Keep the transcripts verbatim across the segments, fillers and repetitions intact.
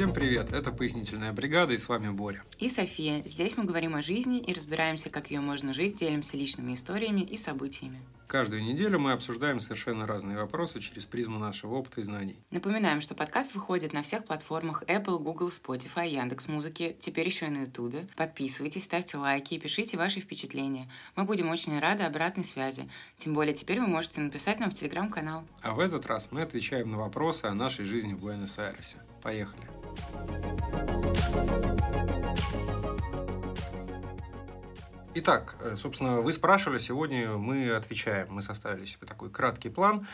Всем привет, это «Пояснительная бригада» и с вами Боря. И София. Здесь мы говорим о жизни и разбираемся, как ее можно жить, делимся личными историями и событиями. Каждую неделю мы обсуждаем совершенно разные вопросы через призму нашего опыта и знаний. Напоминаем, что подкаст выходит на всех платформах Apple, Google, Spotify, Яндекс.Музыки, теперь еще и на Ютубе. Подписывайтесь, ставьте лайки и пишите ваши впечатления. Мы будем очень рады обратной связи. Тем более теперь вы можете написать нам в Телеграм-канал. А в этот раз мы отвечаем на вопросы о нашей жизни в Буэнос-Айресе. Поехали! Итак, собственно, вы спрашивали, сегодня мы отвечаем. Мы составили себе такой краткий план.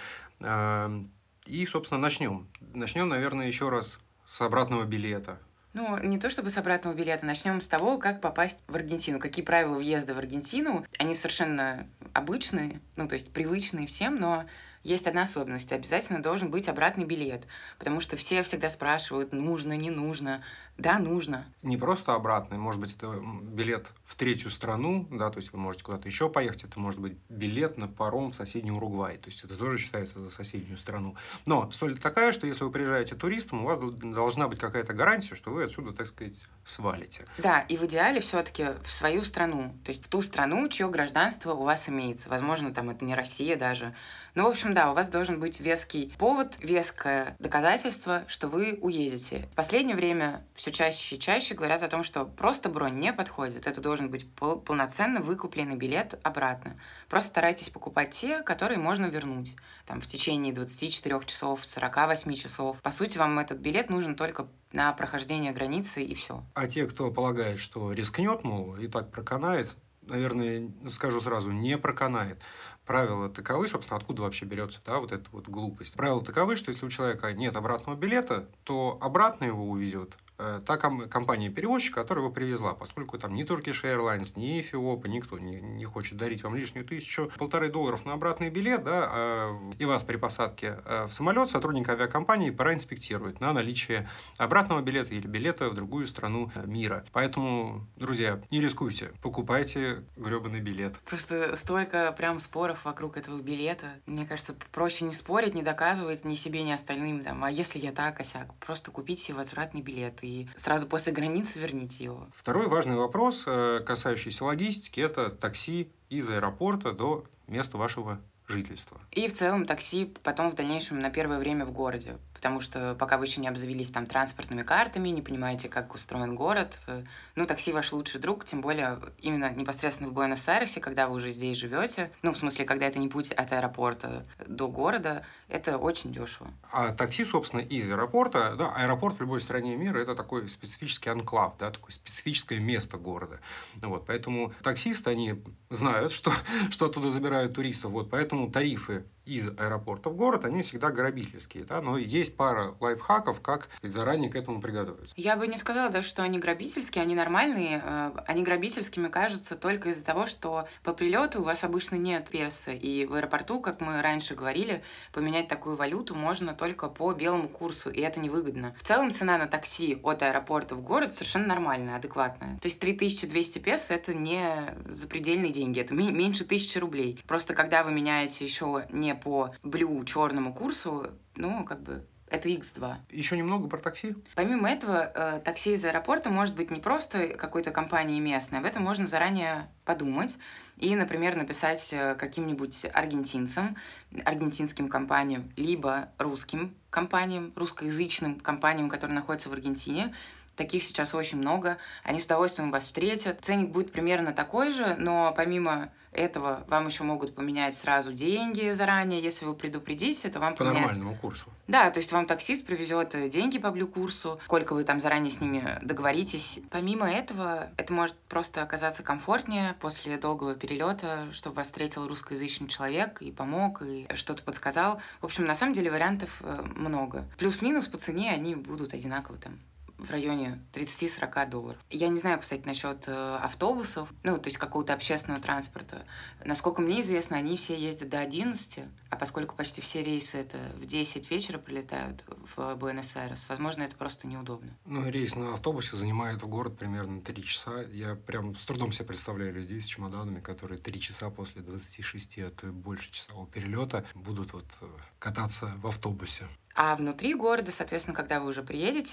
И, собственно, начнем. Начнем, наверное, еще раз с обратного билета. Ну, не то чтобы с обратного билета. Начнем с того, как попасть в Аргентину. Какие правила въезда в Аргентину. Они совершенно обычные, ну, то есть привычные всем, но есть одна особенность. Обязательно должен быть обратный билет. Потому что все всегда спрашивают, нужно, не нужно. Да, нужно. Не просто обратный, может быть, это билет в третью страну, да, то есть вы можете куда-то еще поехать, это может быть билет на паром в соседний Уругвай, то есть это тоже считается за соседнюю страну. Но соль такая, что если вы приезжаете туристом, у вас должна быть какая-то гарантия, что вы отсюда, так сказать, свалите. Да, и в идеале все-таки в свою страну, то есть в ту страну, чье гражданство у вас имеется. Возможно, там это не Россия даже. Ну, в общем, да, у вас должен быть веский повод, веское доказательство, что вы уедете. В последнее время все чаще и чаще говорят о том, что просто бронь не подходит. Это должен быть пол- полноценно выкупленный билет обратно. Просто старайтесь покупать те, которые можно вернуть. Там, в течение двадцати четырёх часов, сорока восьми часов. По сути, вам этот билет нужен только на прохождение границы и все. А те, кто полагает, что рискнет, мол, и так проканает, наверное, скажу сразу, не проканает. Правила таковы, собственно, откуда вообще берется, да, вот эта вот глупость. Правила таковы, что если у человека нет обратного билета, то обратно его увезет э, та ком- компания-перевозчик, которая его привезла, поскольку там ни Turkish Airlines, ни Эфиопа, никто не, не хочет дарить вам лишнюю тысячу, полторы долларов на обратный билет, да, э, и вас при посадке э, в самолет сотрудник авиакомпании проинспектирует на наличие обратного билета или билета в другую страну мира. Поэтому, друзья, не рискуйте, покупайте гребаный билет. Просто столько прям споров вокруг этого билета. Мне кажется, проще не спорить, не доказывать ни себе, ни остальным. Там, а если я так, осяк? Просто купите возвратный билет и сразу после границы верните его. Второй важный вопрос, касающийся логистики, это такси из аэропорта до места вашего жительства. И в целом такси потом в дальнейшем на первое время в городе. Потому что пока вы еще не обзавелись там транспортными картами, не понимаете, как устроен город, ну, такси ваш лучший друг, тем более именно непосредственно в Буэнос-Айресе, когда вы уже здесь живете, ну, в смысле, когда это не путь от аэропорта до города, это очень дешево. А такси, собственно, из аэропорта, да, аэропорт в любой стране мира – это такой специфический анклав, да, такое специфическое место города. Вот, поэтому таксисты, они знают, что, что оттуда забирают туристов, вот, поэтому тарифы из аэропорта в город, они всегда грабительские, да, но есть пара лайфхаков, как заранее к этому приготовиться. Я бы не сказала даже, что они грабительские, они нормальные. Они грабительскими кажутся только из-за того, что по прилету у вас обычно нет песо, и в аэропорту, как мы раньше говорили, поменять такую валюту можно только по белому курсу, и это невыгодно. В целом цена на такси от аэропорта в город совершенно нормальная, адекватная. То есть три тысячи двести песо – это не запредельные деньги, это меньше тысячи рублей. Просто когда вы меняете еще не по блю черному курсу, ну, как бы, это икс два. Еще немного про такси. Помимо этого, э, такси из аэропорта может быть не просто какой-то компанией местной, об этом можно заранее подумать и, например, написать каким-нибудь аргентинцам, аргентинским компаниям, либо русским компаниям, русскоязычным компаниям, которые находятся в Аргентине. Таких сейчас очень много. Они с удовольствием вас встретят. Ценник будет примерно такой же, но помимо этого вам еще могут поменять сразу деньги заранее. Если вы предупредите, то вам по поменяют... нормальному курсу. Да, то есть вам таксист привезет деньги по блю-курсу, сколько вы там заранее с ними договоритесь. Помимо этого, это может просто оказаться комфортнее после долгого перелета, чтобы вас встретил русскоязычный человек и помог, и что-то подсказал. В общем, на самом деле вариантов много. Плюс-минус по цене они будут одинаковы там в районе тридцать-сорок долларов. Я не знаю, кстати, насчет э, автобусов, ну, то есть какого-то общественного транспорта. Насколько мне известно, они все ездят до одиннадцати, а поскольку почти все рейсы это в десять вечера прилетают в Буэнос-Айрес, возможно, это просто неудобно. Ну, рейс на автобусе занимает в город примерно три часа. Я прям с трудом себе представляю людей с чемоданами, которые три часа после двадцати шести, а то и больше часового перелета будут вот кататься в автобусе. А внутри города, соответственно, когда вы уже приедете,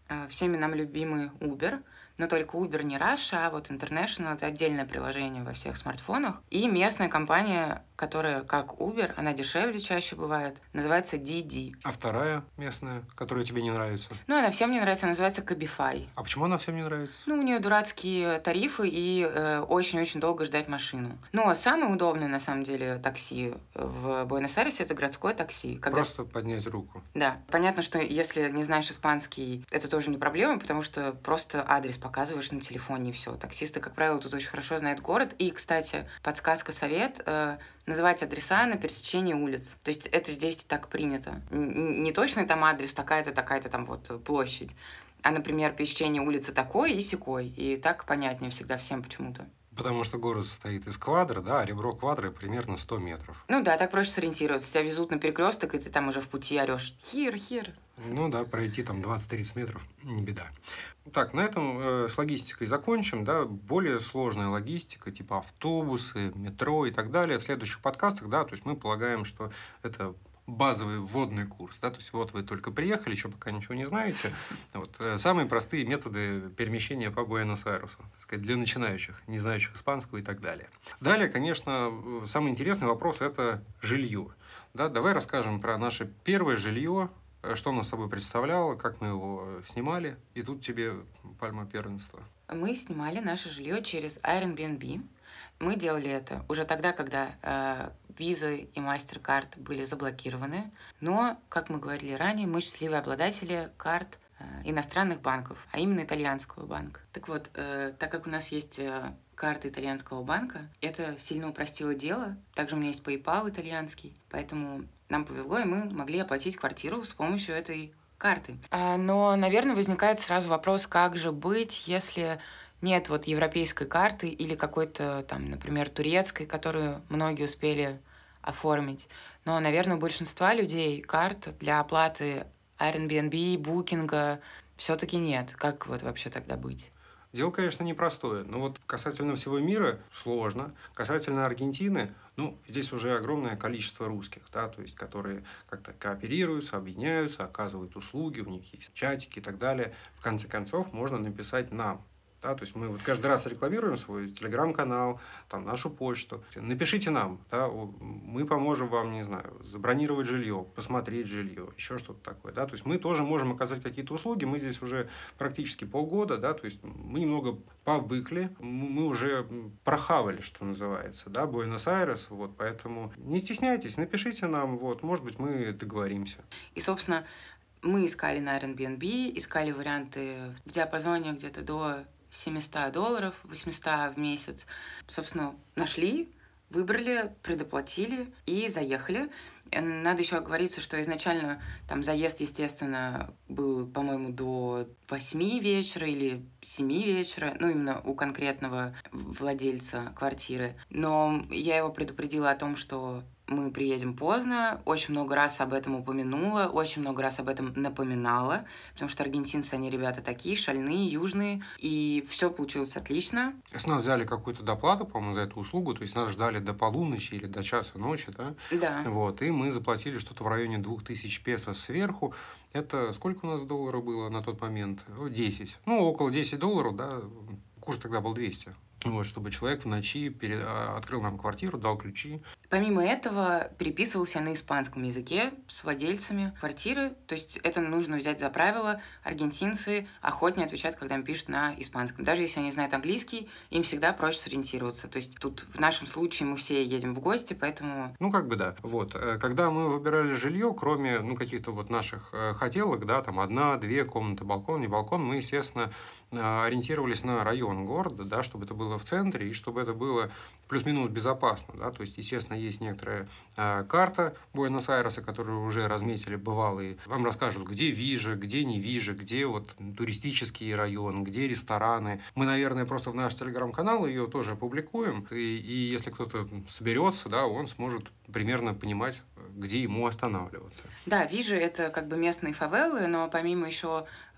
Э, Всеми нам любимый Uber, но только Uber не Russia, а вот International — это отдельное приложение во всех смартфонах. И местная компания, которая как Uber, она дешевле чаще бывает, называется Didi. А вторая местная, которая тебе не нравится? Ну, она всем не нравится, она называется Cabify. А почему она всем не нравится? Ну, у нее дурацкие тарифы и э, очень-очень долго ждать машину. Ну, а самое удобное, на самом деле, такси в Буэнос-Айресе — это городское такси. Когда... Просто поднять руку. Да. Понятно, что если не знаешь испанский, это тоже не проблема, потому что просто адрес показываешь на телефоне, и все. Таксисты, как правило, тут очень хорошо знают город. И, кстати, подсказка, совет э, — называть адреса на пересечении улиц. То есть это здесь так принято. Н- не точный там адрес, такая-то, такая-то там вот площадь. А, например, пересечение улицы такой и сякой. И так понятнее всегда всем почему-то. Потому что город состоит из квадра, да, а ребро квадра примерно сто метров. Ну да, так проще сориентироваться. Тебя везут на перекресток, и ты там уже в пути орешь. Хир, хир. Ну да, пройти там двадцать-тридцать метров не беда. Так, на этом э, с логистикой закончим, да, более сложная логистика, типа автобусы, метро и так далее в следующих подкастах, да, то есть мы полагаем, что это базовый вводный курс, да, то есть вот вы только приехали, еще пока ничего не знаете, вот, э, самые простые методы перемещения по Буэнос-Айресу, так сказать, для начинающих, не знающих испанского и так далее. Далее, конечно, самый интересный вопрос – это жилье. Да, давай расскажем про наше первое жилье, что оно собой представляло, как мы его снимали, и тут тебе пальма первенства. Мы снимали наше жилье через Airbnb. Мы делали это уже тогда, когда э, визы и MasterCard были заблокированы. Но, как мы говорили ранее, мы счастливые обладатели карт э, иностранных банков, а именно итальянского банка. Так вот, э, так как у нас есть э, карта итальянского банка, это сильно упростило дело. Также у меня есть PayPal итальянский, поэтому нам повезло, и мы могли оплатить квартиру с помощью этой карты. А, но, наверное, возникает сразу вопрос, как же быть, если нет вот европейской карты или какой-то там, например, турецкой, которую многие успели оформить. Но, наверное, у большинства людей карт для оплаты Airbnb, букинга все-таки нет. Как вот вообще тогда быть? Дело, конечно, непростое, но вот касательно всего мира сложно. Касательно Аргентины, ну, здесь уже огромное количество русских, да, то есть, которые как-то кооперируются, объединяются, оказывают услуги, у них есть чатики и так далее. В конце концов, можно написать нам. Да, то есть мы вот каждый раз рекламируем свой телеграм-канал, там, нашу почту. Напишите нам, да, мы поможем вам, не знаю, забронировать жилье, посмотреть жилье, еще что-то такое. Да, то есть мы тоже можем оказать какие-то услуги. Мы здесь уже практически полгода, да, то есть мы немного повыкли, мы уже прохавали, что называется, да, Буэнос-Айрес, вот, поэтому не стесняйтесь, напишите нам, вот, может быть, мы договоримся. И, собственно, мы искали на Airbnb, искали варианты в диапазоне где-то до семьсот долларов, восемьсот в месяц. Собственно, нашли, выбрали, предоплатили и заехали. Надо еще оговориться, что изначально там заезд, естественно, был, по-моему, до восьми вечера или семи вечера, ну, именно у конкретного владельца квартиры. Но я его предупредила о том, что мы приедем поздно, очень много раз об этом упомянула, очень много раз об этом напоминала, потому что аргентинцы, они ребята такие, шальные, южные, и все получилось отлично. С нас взяли какую-то доплату, по-моему, за эту услугу, то есть нас ждали до полуночи или до часа ночи, да? Да. Вот, и мы заплатили что-то в районе двух тысяч песо сверху. Это сколько у нас долларов было на тот момент? десять. Ну, около десять долларов, да, курс тогда был двести. Вот, чтобы человек в ночи перед... открыл нам квартиру, дал ключи. Помимо этого, переписывался на испанском языке с владельцами квартиры. То есть это нужно взять за правило. Аргентинцы охотнее отвечают, когда им пишут на испанском. Даже если они знают английский, им всегда проще сориентироваться. То есть тут в нашем случае мы все едем в гости, поэтому... Ну, как бы да. Вот. Когда мы выбирали жилье, кроме ну, каких-то вот наших хотелок, да, там одна, две комнаты, балкон, не балкон, мы, естественно, ориентировались на район города, да, чтобы это было в центре и чтобы это было плюс-минус безопасно. Да? То есть, естественно, есть некоторая э, карта Буэнос-Айреса, которую уже разметили бывалые. Вам расскажут, где вижа, где не вижа, где вот туристический район, где рестораны. Мы, наверное, просто в наш телеграм-канал ее тоже опубликуем. И, и если кто-то соберется, да, он сможет примерно понимать, где ему останавливаться. Да, вижу, это как бы местные фавелы, но помимо еще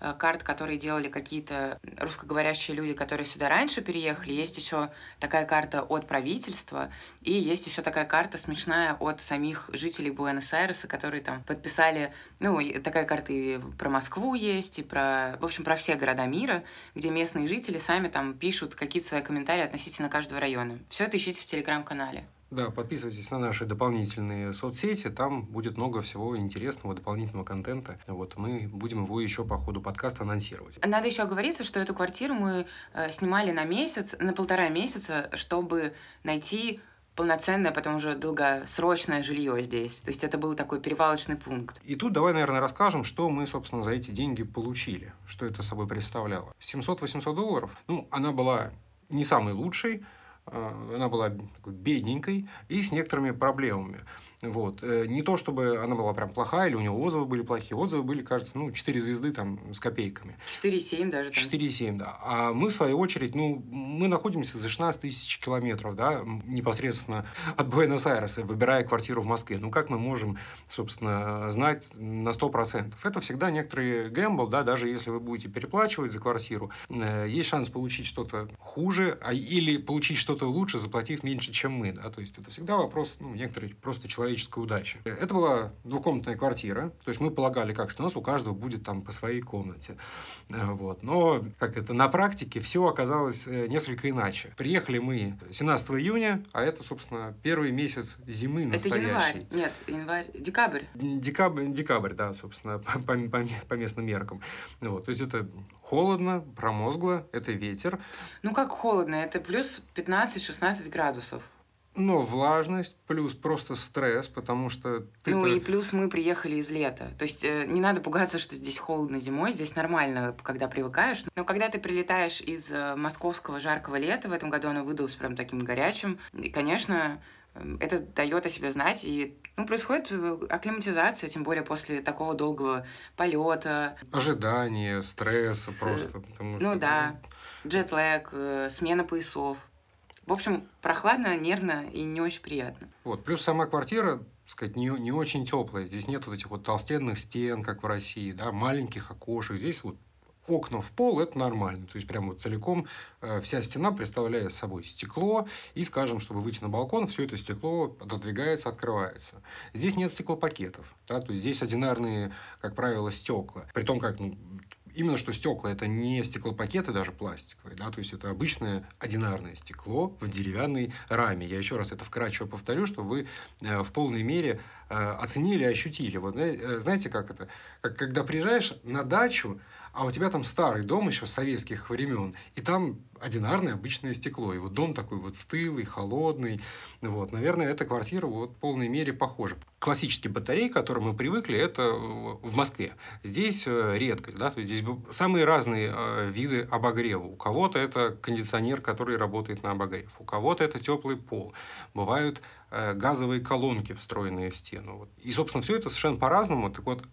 э, карт, которые делали какие-то русскоговорящие люди, которые сюда раньше переехали. Есть еще такая карта от правительства, и есть еще такая карта смешная от самих жителей Буэнос-Айреса, которые там подписали, ну, и такая карта и про Москву есть, и про, в общем, про все города мира, где местные жители сами там пишут какие-то свои комментарии относительно каждого района. Все это ищите в телеграм-канале. Да, подписывайтесь на наши дополнительные соцсети, там будет много всего интересного, дополнительного контента. Вот, мы будем его еще по ходу подкаста анонсировать. Надо еще оговориться, что эту квартиру мы э, снимали на месяц, на полтора месяца, чтобы найти полноценное, потом уже долгосрочное жилье здесь. То есть это был такой перевалочный пункт. И тут давай, наверное, расскажем, что мы, собственно, за эти деньги получили, что это собой представляло. семьсот-восемьсот долларов, ну, она была не самой лучшей, она была такой бедненькой и с некоторыми проблемами. Вот. Не то, чтобы она была прям плохая, или у нее отзывы были плохие. Отзывы были, кажется, ну, четыре звезды там с копейками. четыре семь даже. Там. четыре семь, да. А мы, в свою очередь, ну, мы находимся за шестнадцать тысяч километров, да, непосредственно от Буэнос-Айреса, выбирая квартиру в Москве. Ну, как мы можем, собственно, знать на сто процентов? Это всегда некоторый гэмбл, да, даже если вы будете переплачивать за квартиру, есть шанс получить что-то хуже, а, или получить что-то лучше, заплатив меньше, чем мы, да. То есть это всегда вопрос, ну, некоторой просто человеческой удачи. Это была двухкомнатная квартира, то есть мы полагали, как, что у нас у каждого будет там по своей комнате. Вот. Но, как это, на практике все оказалось несколько иначе. Приехали мы семнадцатого июня, а это, собственно, первый месяц зимы настоящий. Это январь. Нет, январь, декабрь. Декабрь, декабрь, да, собственно, по, по, по, по местным меркам. Вот. То есть это холодно, промозгло, это ветер. Ну, как холодно? Это плюс пятнадцать-шестнадцать градусов. Но влажность, плюс просто стресс, потому что... Ну и плюс мы приехали из лета. То есть э, не надо пугаться, что здесь холодно зимой, здесь нормально, когда привыкаешь. Но когда ты прилетаешь из э, московского жаркого лета, в этом году оно выдалось прям таким горячим, и, конечно, это дает о себе знать. И ну, происходит акклиматизация, тем более после такого долгого полета. Ожидание, стресса с... просто. Потому что, ну да, джетлэг, э, смена поясов. В общем, прохладно, нервно и не очень приятно. Вот. Плюс сама квартира, так сказать, не, не очень теплая. Здесь нет вот этих вот толстенных стен, как в России, да, маленьких окошек. Здесь вот окна в пол – это нормально. То есть, прям вот целиком э, вся стена представляет собой стекло. И, скажем, чтобы выйти на балкон, все это стекло отодвигается, открывается. Здесь нет стеклопакетов. Да, то есть, здесь одинарные, как правило, стекла. При том, как... Ну, именно что стекла – это не стеклопакеты даже пластиковые, да, то есть это обычное одинарное стекло в деревянной раме. Я еще раз это вкратчиво повторю, чтобы вы в полной мере оценили и ощутили. Вот, знаете, как это? Как когда приезжаешь на дачу, а у тебя там старый дом еще советских времен, и там одинарное обычное стекло. И вот дом такой вот стылый, холодный. Вот. Наверное, эта квартира вот в полной мере похожа. Классический батарей, к которым мы привыкли, это в Москве. Здесь редкость. Да? То есть здесь самые разные виды обогрева. У кого-то это кондиционер, который работает на обогрев. У кого-то это теплый пол. Бывают газовые колонки, встроенные в стену. Вот. И, собственно, все это совершенно по-разному. Так вот,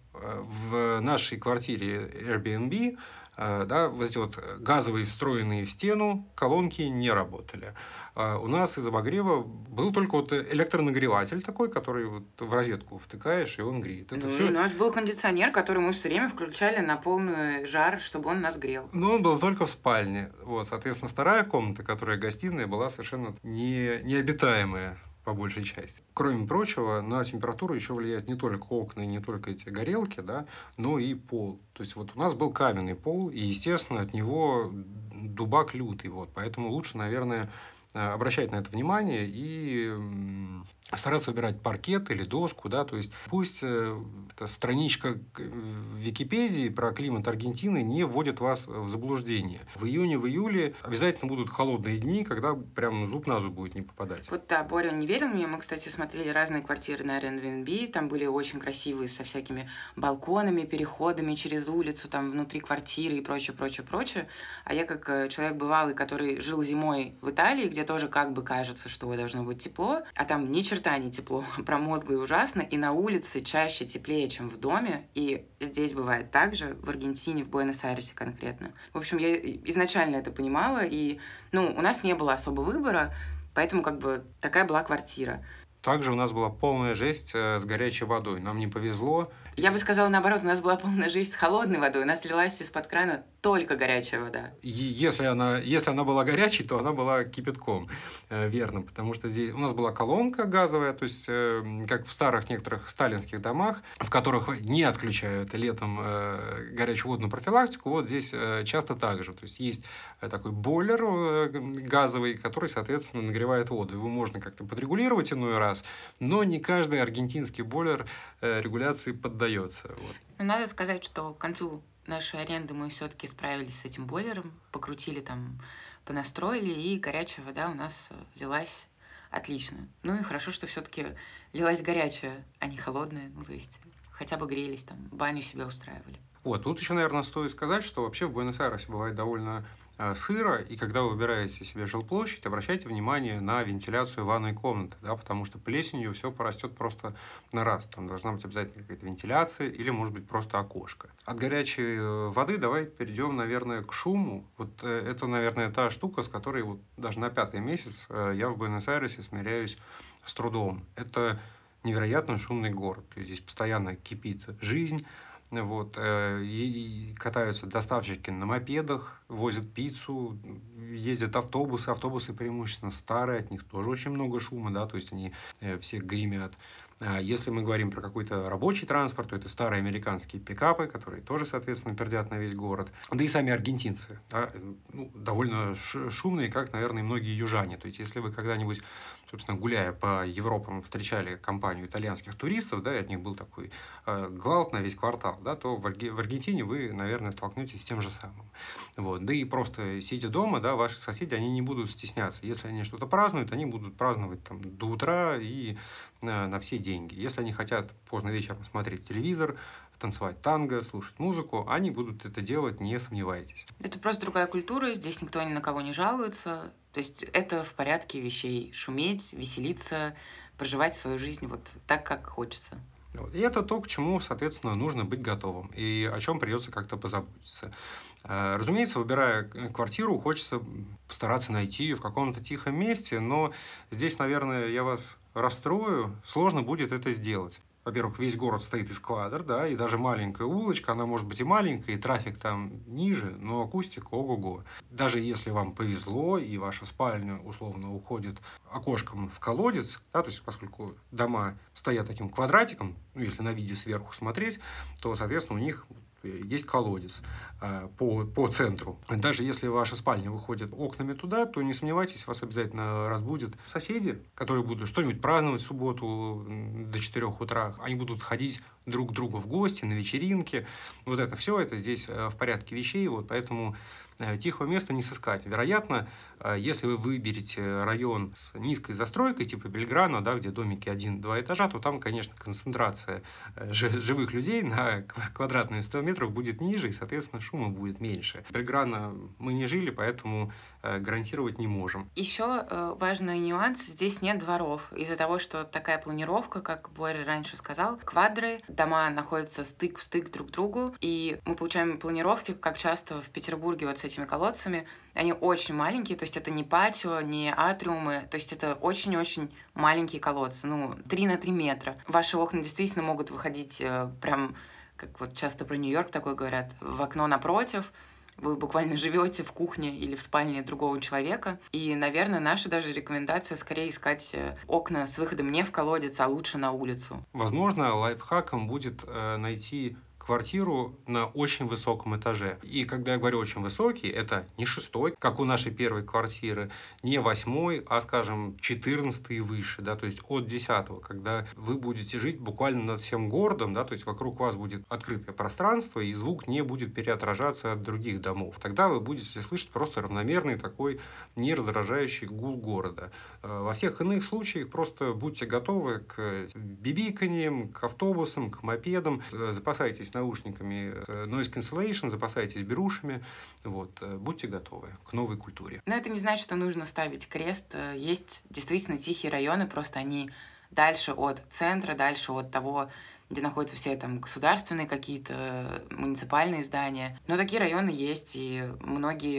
в нашей квартире Airbnb, да, вот эти вот газовые, встроенные в стену колонки не работали. У нас из обогрева был только вот электронагреватель такой, который вот в розетку втыкаешь, и он греет. Это ну, всё... У нас был кондиционер, который мы все время включали на полный жар, чтобы он нас грел. Но он был только в спальне. Вот, соответственно, вторая комната, которая гостиная, была совершенно не... необитаемая. По большей части. Кроме прочего, на температуру еще влияют не только окна и не только эти горелки, да, но и пол. То есть, вот у нас был каменный пол, и, естественно, от него дубак лютый. Вот, поэтому лучше, наверное, обращать на это внимание и стараться выбирать паркет или доску, да, то есть пусть эта страничка в Википедии про климат Аргентины не вводит вас в заблуждение. В июне, в июле обязательно будут холодные дни, когда прям зуб на зуб будет не попадать. Вот да, Боря не верил мне, мы, кстати, смотрели разные квартиры на Airbnb, там были очень красивые со всякими балконами, переходами через улицу, там внутри квартиры и прочее, прочее, прочее. А я как человек бывалый, который жил зимой в Италии, где тоже как бы кажется, что должно быть тепло, а там ни черта не тепло, промозгло и ужасно, и на улице чаще теплее, чем в доме, и здесь бывает так же, в Аргентине, в Буэнос-Айресе конкретно. В общем, я изначально это понимала, и, ну, у нас не было особо выбора, поэтому как бы такая была квартира. Также у нас была полная жесть с горячей водой. Нам не повезло. Я бы сказала наоборот, у нас была полная жизнь с холодной водой, у нас лилась из-под крана только горячая вода. И если она, если она была горячей, то она была кипятком, э, верно, потому что здесь у нас была колонка газовая, то есть, э, как в старых некоторых сталинских домах, в которых не отключают летом э, горячую водную профилактику, вот здесь э, часто так же. То есть, есть такой бойлер э, газовый, который, соответственно, нагревает воду. Его можно как-то подрегулировать иной раз, но не каждый аргентинский бойлер э, регуляции поддается. Вот. Но надо сказать, что к концу нашей аренды мы все-таки справились с этим бойлером, покрутили там, понастроили, и горячая вода у нас лилась отлично. Ну и хорошо, что все-таки лилась горячая, а не холодная. Ну, то есть хотя бы грелись, там, баню себе устраивали. Вот, тут еще, наверное, стоит сказать, что вообще в Буэнос-Айресе бывает довольно э, сыро, и когда вы выбираете себе жилплощадь, обращайте внимание на вентиляцию ванной комнаты, да, потому что плесенью все порастет просто на раз. Там должна быть обязательно какая-то вентиляция или, может быть, просто окошко. От горячей воды давай перейдем, наверное, к шуму. Вот э, это, наверное, та штука, с которой вот даже на пятый месяц э, я в Буэнос-Айресе смиряюсь с трудом. Это невероятно шумный город. То есть здесь постоянно кипит жизнь. Вот, э, и, и катаются доставщики на мопедах, возят пиццу, ездят автобусы. Автобусы преимущественно старые, от них тоже очень много шума, да, то есть они э, все гремят. Если мы говорим про какой-то рабочий транспорт, то это старые американские пикапы, которые тоже, соответственно, пердят на весь город. Да и сами аргентинцы, да, ну, довольно шумные, как, наверное, и многие южане. То есть, если вы когда-нибудь, собственно, гуляя по Европам, встречали компанию итальянских туристов, да, и от них был такой э, гвалт на весь квартал, да, то в, Арги- в Аргентине вы, наверное, столкнетесь с тем же самым. Вот. Да и просто сидя дома, да, ваши соседи, они не будут стесняться. Если они что-то празднуют, они будут праздновать там, до утра и э, на все деньги. Если они хотят поздно вечером смотреть телевизор, танцевать танго, слушать музыку, они будут это делать, не сомневайтесь. Это просто другая культура, здесь никто ни на кого не жалуется. То есть это в порядке вещей. Шуметь, веселиться, проживать свою жизнь вот так, как хочется. И это то, к чему, соответственно, нужно быть готовым, и о чем придется как-то позаботиться. Разумеется, выбирая квартиру, хочется постараться найти ее в каком-то тихом месте, но здесь, наверное, я вас расстрою, сложно будет это сделать. Во-первых, весь город стоит из квадр, да, и даже маленькая улочка, она может быть и маленькая, и трафик там ниже, но акустика ого-го. Даже если вам повезло, и ваша спальня условно уходит окошком в колодец, да, то есть поскольку дома стоят таким квадратиком, ну, если на виде сверху смотреть, то, соответственно, у них есть колодец э, по, по центру. Даже если ваша спальня выходит окнами туда, то не сомневайтесь, вас обязательно разбудят соседи, которые будут что-нибудь праздновать в субботу до четырёх утра. Они будут ходить друг к другу в гости, на вечеринки. Вот это все, это здесь в порядке вещей, вот поэтому тихого места не сыскать. Вероятно, если вы выберете район с низкой застройкой, типа Бельграна, да, где домики один-два этажа, то там, конечно, концентрация живых людей на квадратные сто метров будет ниже, и, соответственно, шума будет меньше. В Бельграна мы не жили, поэтому гарантировать не можем. Еще важный нюанс, здесь нет дворов. Из-за того, что такая планировка, как Боря раньше сказал, квадры, дома находятся стык в стык друг к другу, и мы получаем планировки, как часто в Петербурге вот с этими колодцами, они очень маленькие, то есть это не патио, не атриумы, то есть это очень-очень маленькие колодцы, ну, три на три метра. Ваши окна действительно могут выходить прям, как вот часто про Нью-Йорк такое говорят, в окно напротив. Вы буквально живете в кухне или в спальне другого человека. И, наверное, наша даже рекомендация скорее искать окна с выходом не в колодец, а лучше на улицу. Возможно, лайфхаком будет э, найти квартиру на очень высоком этаже. И когда я говорю очень высокий, это не шестой, как у нашей первой квартиры, не восьмой, а, скажем, четырнадцатый и выше, да, то есть от десятого, когда вы будете жить буквально над всем городом, да, то есть вокруг вас будет открытое пространство, и звук не будет переотражаться от других домов. Тогда вы будете слышать просто равномерный такой нераздражающий гул города. Во всех иных случаях просто будьте готовы к бибиканьям, к автобусам, к мопедам, запасайтесь наушниками noise cancellation, запасайтесь берушами, вот, будьте готовы к новой культуре. Но это не значит, что нужно ставить крест. Есть действительно тихие районы, просто они дальше от центра, дальше от того, где находятся все там государственные какие-то муниципальные здания. Но такие районы есть, и многие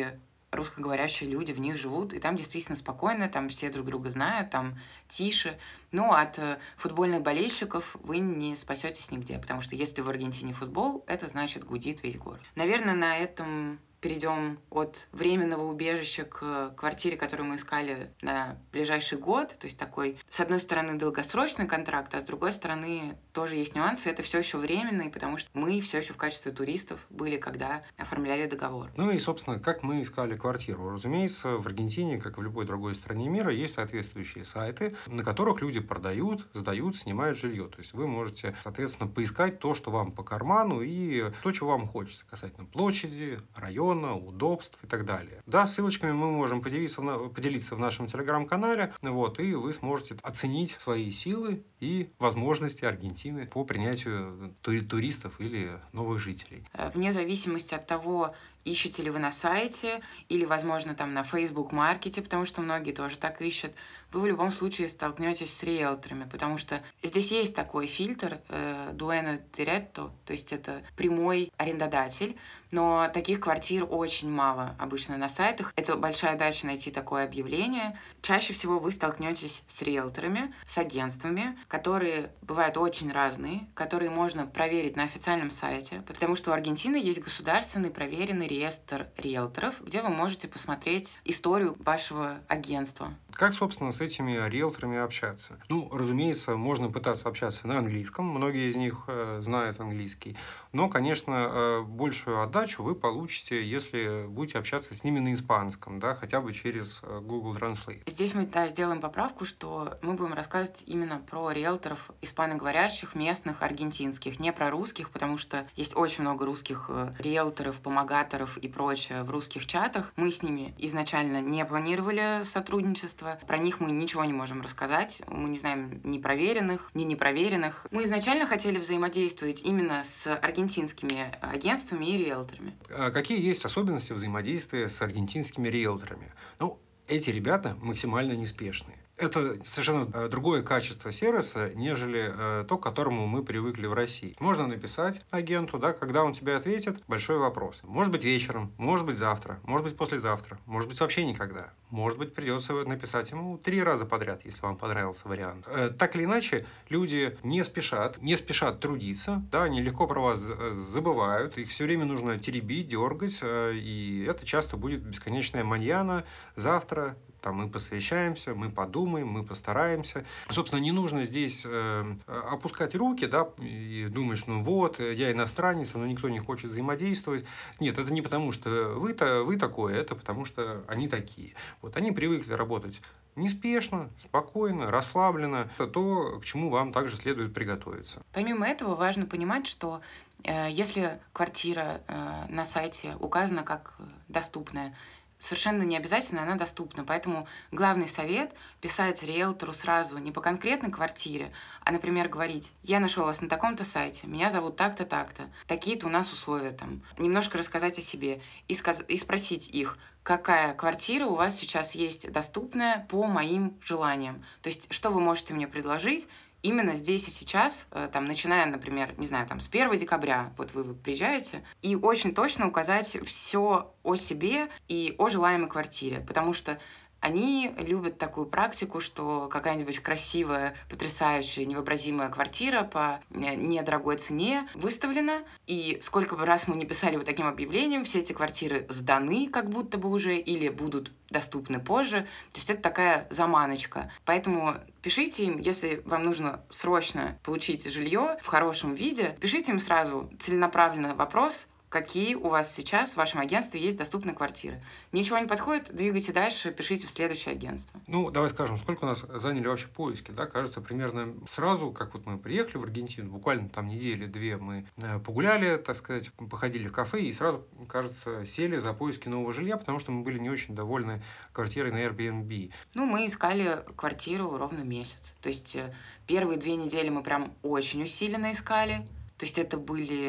русскоговорящие люди в них живут, и там действительно спокойно, там все друг друга знают, там тише. Но от э, футбольных болельщиков вы не спасетесь нигде, потому что если в Аргентине футбол, это значит гудит весь город. Наверное, на этом перейдем от временного убежища к квартире, которую мы искали на ближайший год. То есть такой, с одной стороны, долгосрочный контракт, а с другой стороны, тоже есть нюансы. Это все еще временный, потому что мы все еще в качестве туристов были, когда оформляли договор. Ну и, собственно, как мы искали квартиру. Разумеется, в Аргентине, как и в любой другой стране мира, есть соответствующие сайты, на которых люди продают, сдают, снимают жилье. То есть вы можете, соответственно, поискать то, что вам по карману, и то, чего вам хочется касательно площади, района, удобств и так далее. Да, ссылочками мы можем поделиться в, поделиться в нашем телеграм-канале, вот, и вы сможете оценить свои силы и возможности Аргентины по принятию тури- туристов или новых жителей. Вне зависимости от того, ищете ли вы на сайте или, возможно, там на Facebook-маркете, потому что многие тоже так ищут, вы в любом случае столкнетесь с риэлторами, потому что здесь есть такой фильтр э, dueño directo, то есть это прямой арендодатель, но таких квартир очень мало обычно на сайтах. Это большая удача найти такое объявление. Чаще всего вы столкнетесь с риэлторами, с агентствами, которые бывают очень разные, которые можно проверить на официальном сайте, потому что у Аргентины есть государственный проверенный реестр риэлторов, где вы можете посмотреть историю вашего агентства. Как, собственно, с этими риэлторами общаться? Ну, разумеется, можно пытаться общаться на английском. Многие из них э, знают английский. Но, конечно, э, большую отдачу вы получите, если будете общаться с ними на испанском, да, хотя бы через э, Google Translate. Здесь мы да, сделаем поправку, что мы будем рассказывать именно про риэлторов испаноговорящих, местных, аргентинских, не про русских, потому что есть очень много русских э, риэлторов, помогаторов и прочее в русских чатах. Мы с ними изначально не планировали сотрудничество. Про них мы ничего не можем рассказать. Мы не знаем ни проверенных, ни непроверенных. Мы изначально хотели взаимодействовать именно с аргентинскими агентствами и риэлторами. А какие есть особенности взаимодействия с аргентинскими риэлторами? Ну, эти ребята максимально неспешные. Это совершенно другое качество сервиса, нежели э, то, к которому мы привыкли в России. Можно написать агенту, да, когда он тебе ответит, большой вопрос. Может быть, вечером, может быть, завтра, может быть, послезавтра, может быть, вообще никогда. Может быть, придется написать ему три раза подряд, если вам понравился вариант. Э, так или иначе, люди не спешат, не спешат трудиться, да, они легко про вас забывают, их все время нужно теребить, дергать, э, и это часто будет бесконечная маньяна, завтра, там мы посовещаемся, мы подумаем, мы постараемся. Собственно, не нужно здесь э, опускать руки, да, и думать, что ну вот, я иностранец, но никто не хочет взаимодействовать. Нет, это не потому, что вы-то, вы такое, это потому, что они такие. Вот они привыкли работать неспешно, спокойно, расслабленно. Это то, к чему вам также следует приготовиться. Помимо этого, важно понимать, что э, если квартира э, на сайте указана как доступная, совершенно не обязательно она доступна. Поэтому главный совет – писать риэлтору сразу не по конкретной квартире, а, например, говорить: я нашел вас на таком-то сайте, меня зовут так-то, так-то, такие-то у нас условия там. Немножко рассказать о себе и, сказ- и спросить их, какая квартира у вас сейчас есть доступная по моим желаниям. То есть, что вы можете мне предложить именно здесь и сейчас, там, начиная, например, не знаю, там, с первого декабря, вот вы, вы приезжаете, и очень точно указать все о себе и о желаемой квартире, потому что они любят такую практику, что какая-нибудь красивая, потрясающая, невообразимая квартира по недорогой цене выставлена, и сколько бы раз мы не писали вот таким объявлением, все эти квартиры сданы как будто бы уже или будут доступны позже. То есть это такая заманочка. Поэтому пишите им, если вам нужно срочно получить жилье в хорошем виде, пишите им сразу целенаправленно вопрос, какие у вас сейчас в вашем агентстве есть доступные квартиры. Ничего не подходит, двигайте дальше, пишите в следующее агентство. Ну, давай скажем, сколько у нас заняли вообще поиски, да, кажется, примерно сразу, как вот мы приехали в Аргентину, буквально там недели-две мы погуляли, так сказать, походили в кафе и сразу, кажется, сели за поиски нового жилья, потому что мы были не очень довольны квартирой на Airbnb. Ну, мы искали квартиру ровно месяц. То есть первые две недели мы прям очень усиленно искали. То есть это были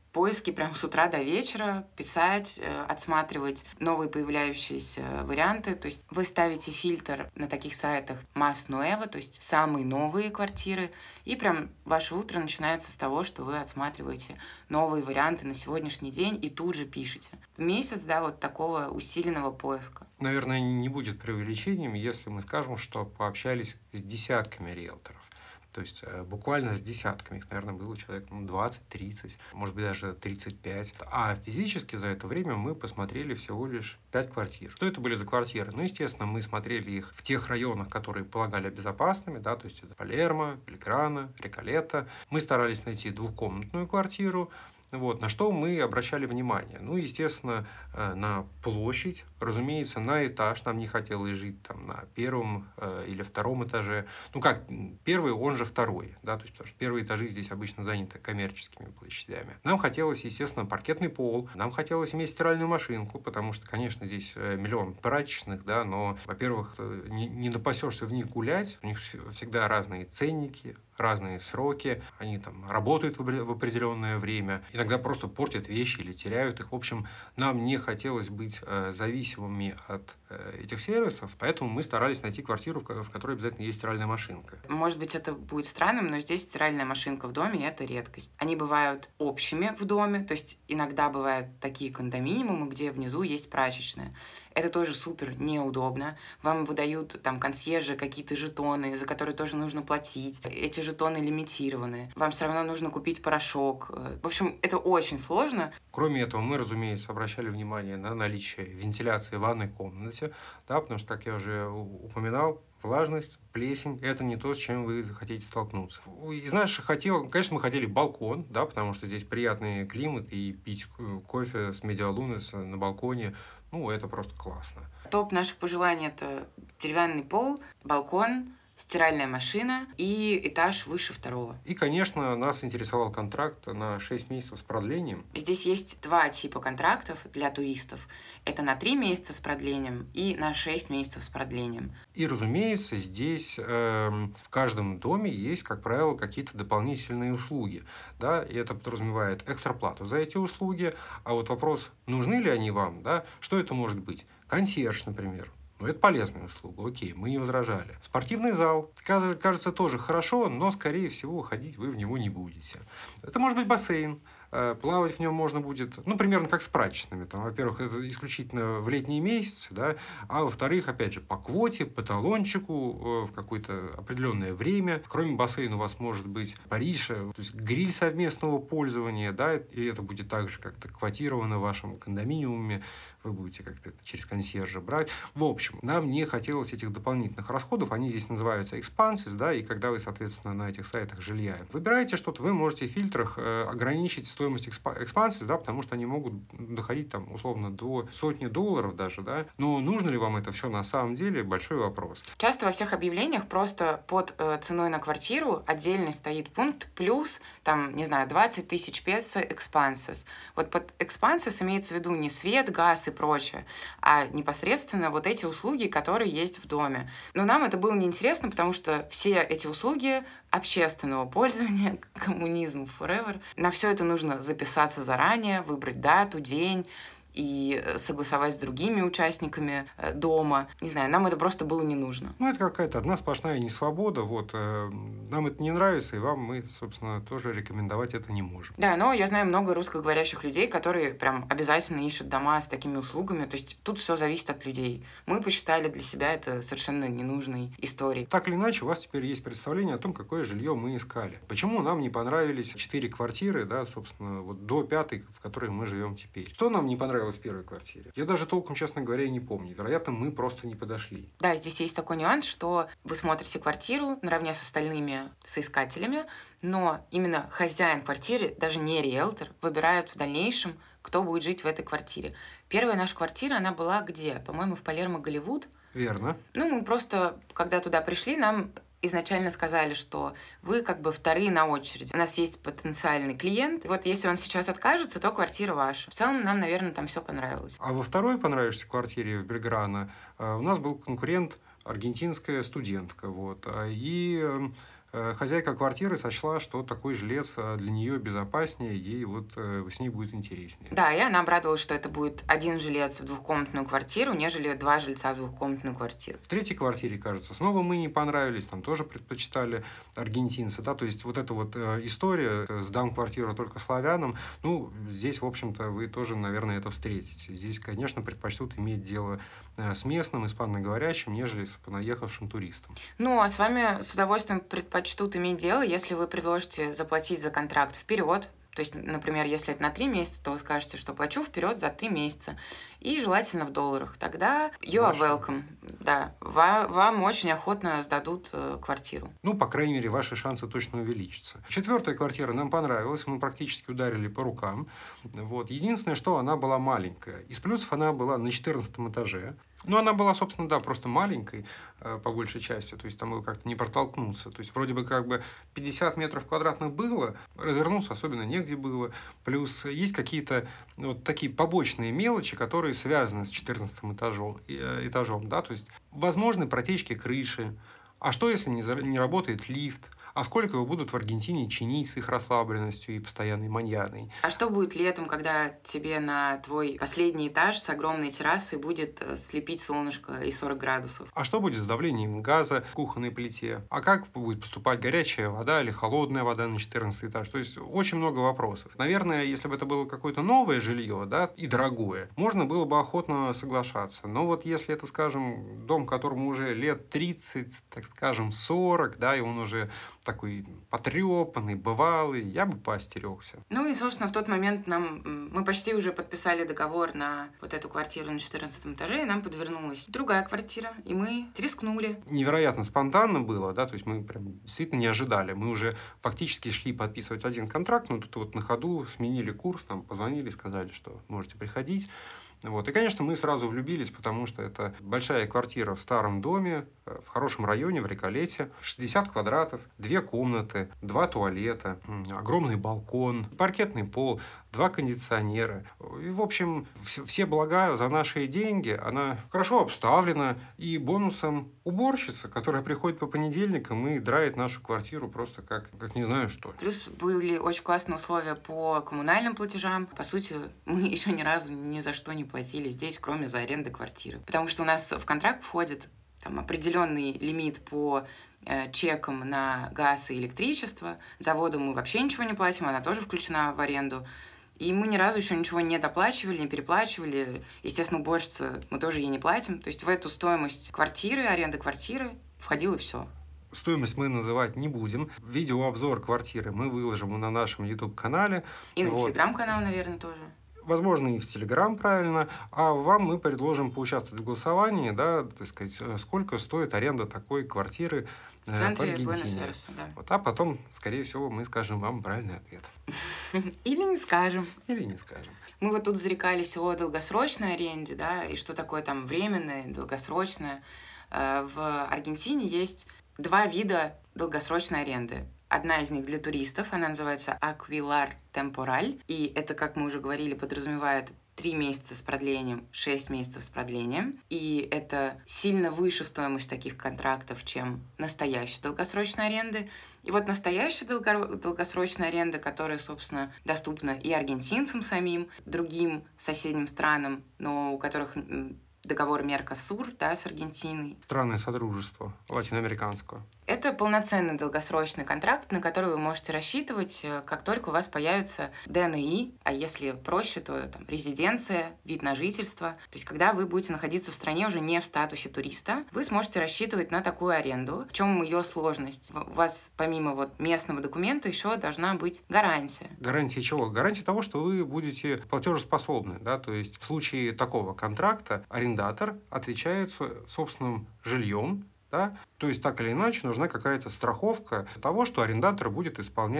поиски прям с утра до вечера, писать, отсматривать новые появляющиеся варианты. То есть вы ставите фильтр на таких сайтах Mas Nueva, то есть самые новые квартиры, и прям ваше утро начинается с того, что вы отсматриваете новые варианты на сегодняшний день и тут же пишете. Месяц, да, вот такого усиленного поиска. Наверное, не будет преувеличением, если мы скажем, что пообщались с десятками риэлторов. То есть буквально с десятками. Их, наверное, было человек ну, двадцать-тридцать, может быть, даже тридцать пять. А физически за это время мы посмотрели всего лишь пять квартир. Что это были за квартиры? Ну, естественно, мы смотрели их в тех районах, которые полагали безопасными, да, то есть это Палермо, Бельграно, Реколета. Мы старались найти двухкомнатную квартиру. Вот, на что мы обращали внимание? Ну, естественно, на площадь, разумеется, на этаж. Нам не хотелось жить там на первом э, или втором этаже. Ну, как, первый, он же второй, да, то есть, потому что первые этажи здесь обычно заняты коммерческими площадями. Нам хотелось, естественно, паркетный пол, нам хотелось иметь стиральную машинку, потому что, конечно, здесь миллион прачечных, да, но, во-первых, не, не напасешься в них гулять, у них всегда разные ценники, разные сроки, они там работают в определенное время, иногда просто портят вещи или теряют их. В общем, нам не хотелось быть э, зависимыми от э, этих сервисов, поэтому мы старались найти квартиру, в, в которой обязательно есть стиральная машинка. Может быть, это будет странным, но здесь стиральная машинка в доме – это редкость. Они бывают общими в доме, то есть иногда бывают такие кондоминиумы, где внизу есть прачечная. Это тоже супер неудобно. Вам выдают там консьержи какие-то жетоны, за которые тоже нужно платить. Эти жетоны лимитированы. Вам все равно нужно купить порошок. В общем, это очень сложно. Кроме этого, мы, разумеется, обращали внимание на наличие вентиляции в ванной комнате, да, потому что, как я уже упоминал, влажность, плесень – это не то, с чем вы захотите столкнуться. Из наших хотел, конечно, мы хотели балкон, да, потому что здесь приятный климат, и пить кофе с медиалунес на балконе, ну, это просто классно. Топ наших пожеланий – это деревянный пол, балкон, стиральная машина и этаж выше второго. И, конечно, нас интересовал контракт на шесть месяцев с продлением. Здесь есть два типа контрактов для туристов. Это на три месяца с продлением и на шесть месяцев с продлением. И, разумеется, здесь э, в каждом доме есть, как правило, какие-то дополнительные услуги. Да? И это подразумевает экстраплату за эти услуги. А вот вопрос, нужны ли они вам, да? Что это может быть? Консьерж, например. Ну, это полезная услуга, окей, мы не возражали. Спортивный зал, кажется, тоже хорошо, но, скорее всего, ходить вы в него не будете. Это может быть бассейн. Плавать в нем можно будет, ну, примерно как с прачечными. Там, во-первых, это исключительно в летние месяцы, да, а во-вторых, опять же, по квоте, по талончику, в какое-то определенное время. Кроме бассейна у вас может быть Париж, то есть гриль совместного пользования, да, и это будет также как-то квотировано в вашем кондоминиуме. Вы будете как-то это через консьержа брать. В общем, нам не хотелось этих дополнительных расходов. Они здесь называются expenses, да, и когда вы, соответственно, на этих сайтах жилья выбираете что-то, вы можете в фильтрах э, ограничить стоимость expenses, да, потому что они могут доходить там условно до сотни долларов даже, да. Но нужно ли вам это все на самом деле? Большой вопрос. Часто во всех объявлениях просто под э, ценой на квартиру отдельно стоит пункт плюс, там, не знаю, двадцать тысяч песо expenses. Вот под expenses имеется в виду не свет, газ и прочее, а непосредственно вот эти услуги, которые есть в доме. Но нам это было неинтересно, потому что все эти услуги общественного пользования, коммунизм forever, на все это нужно записаться заранее, выбрать дату, день и согласовать с другими участниками дома. Не знаю, нам это просто было не нужно. Ну, это какая-то одна сплошная несвобода. Вот, э, нам это не нравится, и вам мы, собственно, тоже рекомендовать это не можем. Да, но я знаю много русскоговорящих людей, которые прям обязательно ищут дома с такими услугами. То есть тут все зависит от людей. Мы посчитали для себя это совершенно ненужной историей. Так или иначе, у вас теперь есть представление о том, какое жилье мы искали. Почему нам не понравились четыре квартиры, да, собственно, вот до пятой, в которой мы живем теперь. Что нам не понравилось в первой квартире? Я даже толком, честно говоря, и не помню. Вероятно, мы просто не подошли. Да, здесь есть такой нюанс, что вы смотрите квартиру наравне с остальными соискателями, но именно хозяин квартиры, даже не риэлтор, выбирает в дальнейшем, кто будет жить в этой квартире. Первая наша квартира, она была где? По-моему, в Палермо, Голливуд. Верно. Ну, мы просто, когда туда пришли, нам изначально сказали, что вы как бы вторые на очереди. У нас есть потенциальный клиент. Вот если он сейчас откажется, то квартира ваша. В целом нам, наверное, там все понравилось. А во второй понравившейся квартире в Бельграно у нас был конкурент, аргентинская студентка. Вот. И хозяйка квартиры сочла, что такой жилец для нее безопаснее, ей вот с ней будет интереснее. Да, и она обрадовалась, что это будет один жилец в двухкомнатную квартиру, нежели два жильца в двухкомнатную квартиру. В третьей квартире, кажется, снова мы не понравились, там тоже предпочитали аргентинцы, да, то есть вот эта вот история «сдам квартиру только славянам», ну, здесь, в общем-то, вы тоже, наверное, это встретите. Здесь, конечно, предпочтут иметь дело с местным, испаноговорящим, нежели с понаехавшим туристом. Ну, а с вами с удовольствием предпочтут иметь дело, если вы предложите заплатить за контракт вперед. То есть, например, если это на три месяца, то вы скажете, что плачу вперед за три месяца. И желательно в долларах. Тогда you are welcome. Да, вам, вам очень охотно сдадут э, квартиру. Ну, по крайней мере, ваши шансы точно увеличатся. Четвертая квартира нам понравилась. Мы практически ударили по рукам. Вот. Единственное, что она была маленькая. Из плюсов она была на четырнадцатом этаже. Ну, она была, собственно, да, просто маленькой, э, по большей части. То есть, там было как-то не протолкнуться. То есть, вроде бы как бы пятьдесят метров квадратных было, развернуться особенно негде было. Плюс есть какие-то вот такие побочные мелочи, которые связаны с четырнадцатым этажом, э, этажом, да, то есть возможны протечки крыши. А что, если не, не работает лифт? А сколько его будут в Аргентине чинить с их расслабленностью и постоянной маньяной? А что будет летом, когда тебе на твой последний этаж с огромной террасой будет слепить солнышко и сорок градусов? А что будет с давлением газа в кухонной плите? А как будет поступать горячая вода или холодная вода на четырнадцатый этаж? То есть очень много вопросов. Наверное, если бы это было какое-то новое жилье, да, и дорогое, можно было бы охотно соглашаться. Но вот если это, скажем, дом, которому уже лет тридцать, так скажем, сорок, да, и он уже такой потрепанный, бывалый, я бы поостерегся. Ну и, собственно, в тот момент нам мы почти уже подписали договор на вот эту квартиру на четырнадцатом этаже, и нам подвернулась другая квартира, и мы рискнули. Невероятно спонтанно было, да, то есть мы прям действительно не ожидали. Мы уже фактически шли подписывать один контракт, но тут вот на ходу сменили курс, там позвонили, сказали, что можете приходить. Вот. И, конечно, мы сразу влюбились, потому что это большая квартира в старом доме, в хорошем районе, в Реколете, шестьдесят квадратов, две комнаты, два туалета, огромный балкон, паркетный пол, два кондиционера. И, в общем, все блага за наши деньги. Она хорошо обставлена, и бонусом уборщица, которая приходит по понедельникам и драит нашу квартиру просто как, как не знаю что. Плюс были очень классные условия по коммунальным платежам. По сути, мы еще ни разу ни за что не платили здесь, кроме за аренды квартиры. Потому что у нас в контракт входит там определенный лимит по э, чекам на газ и электричество. За воду мы вообще ничего не платим, она тоже включена в аренду. И мы ни разу еще ничего не доплачивали, не переплачивали. Естественно, уборщица мы тоже ей не платим. То есть в эту стоимость квартиры, аренды квартиры входило все. Стоимость мы называть не будем. Видеообзор квартиры мы выложим на нашем YouTube-канале. И на вот. Телеграм-канал, наверное, тоже. Возможно, и в Телеграм, правильно. А вам мы предложим поучаствовать в голосовании, да, так сказать, сколько стоит аренда такой квартиры в центре в Буэнос-Айреса, Аргентине. да. Вот, а потом, скорее всего, мы скажем вам правильный ответ. Или не скажем. Или не скажем. Мы вот тут зарекались о долгосрочной аренде, да, и что такое там временное, долгосрочное. В Аргентине есть два вида долгосрочной аренды. Одна из них для туристов, она называется Alquiler Temporal, и это, как мы уже говорили, подразумевает три месяца с продлением, шесть месяцев с продлением, и это сильно выше стоимость таких контрактов, чем настоящей долгосрочной аренды. И вот настоящая долго- долгосрочная аренда, которая, собственно, доступна и аргентинцам самим, другим соседним странам, но у которых договор Меркосур, да, с Аргентиной. Странное содружество латиноамериканского. Это полноценный долгосрочный контракт, на который вы можете рассчитывать, как только у вас появится дэ эн и, а если проще, то там, резиденция, вид на жительство. То есть, когда вы будете находиться в стране уже не в статусе туриста, вы сможете рассчитывать на такую аренду. В чем ее сложность? У вас помимо вот местного документа еще должна быть гарантия. Гарантия чего? Гарантия того, что вы будете платежеспособны. Да? То есть, в случае такого контракта арендатор отвечает собственным жильем. Да? То есть, так или иначе, нужна какая-то страховка того, что арендатор будет исполнять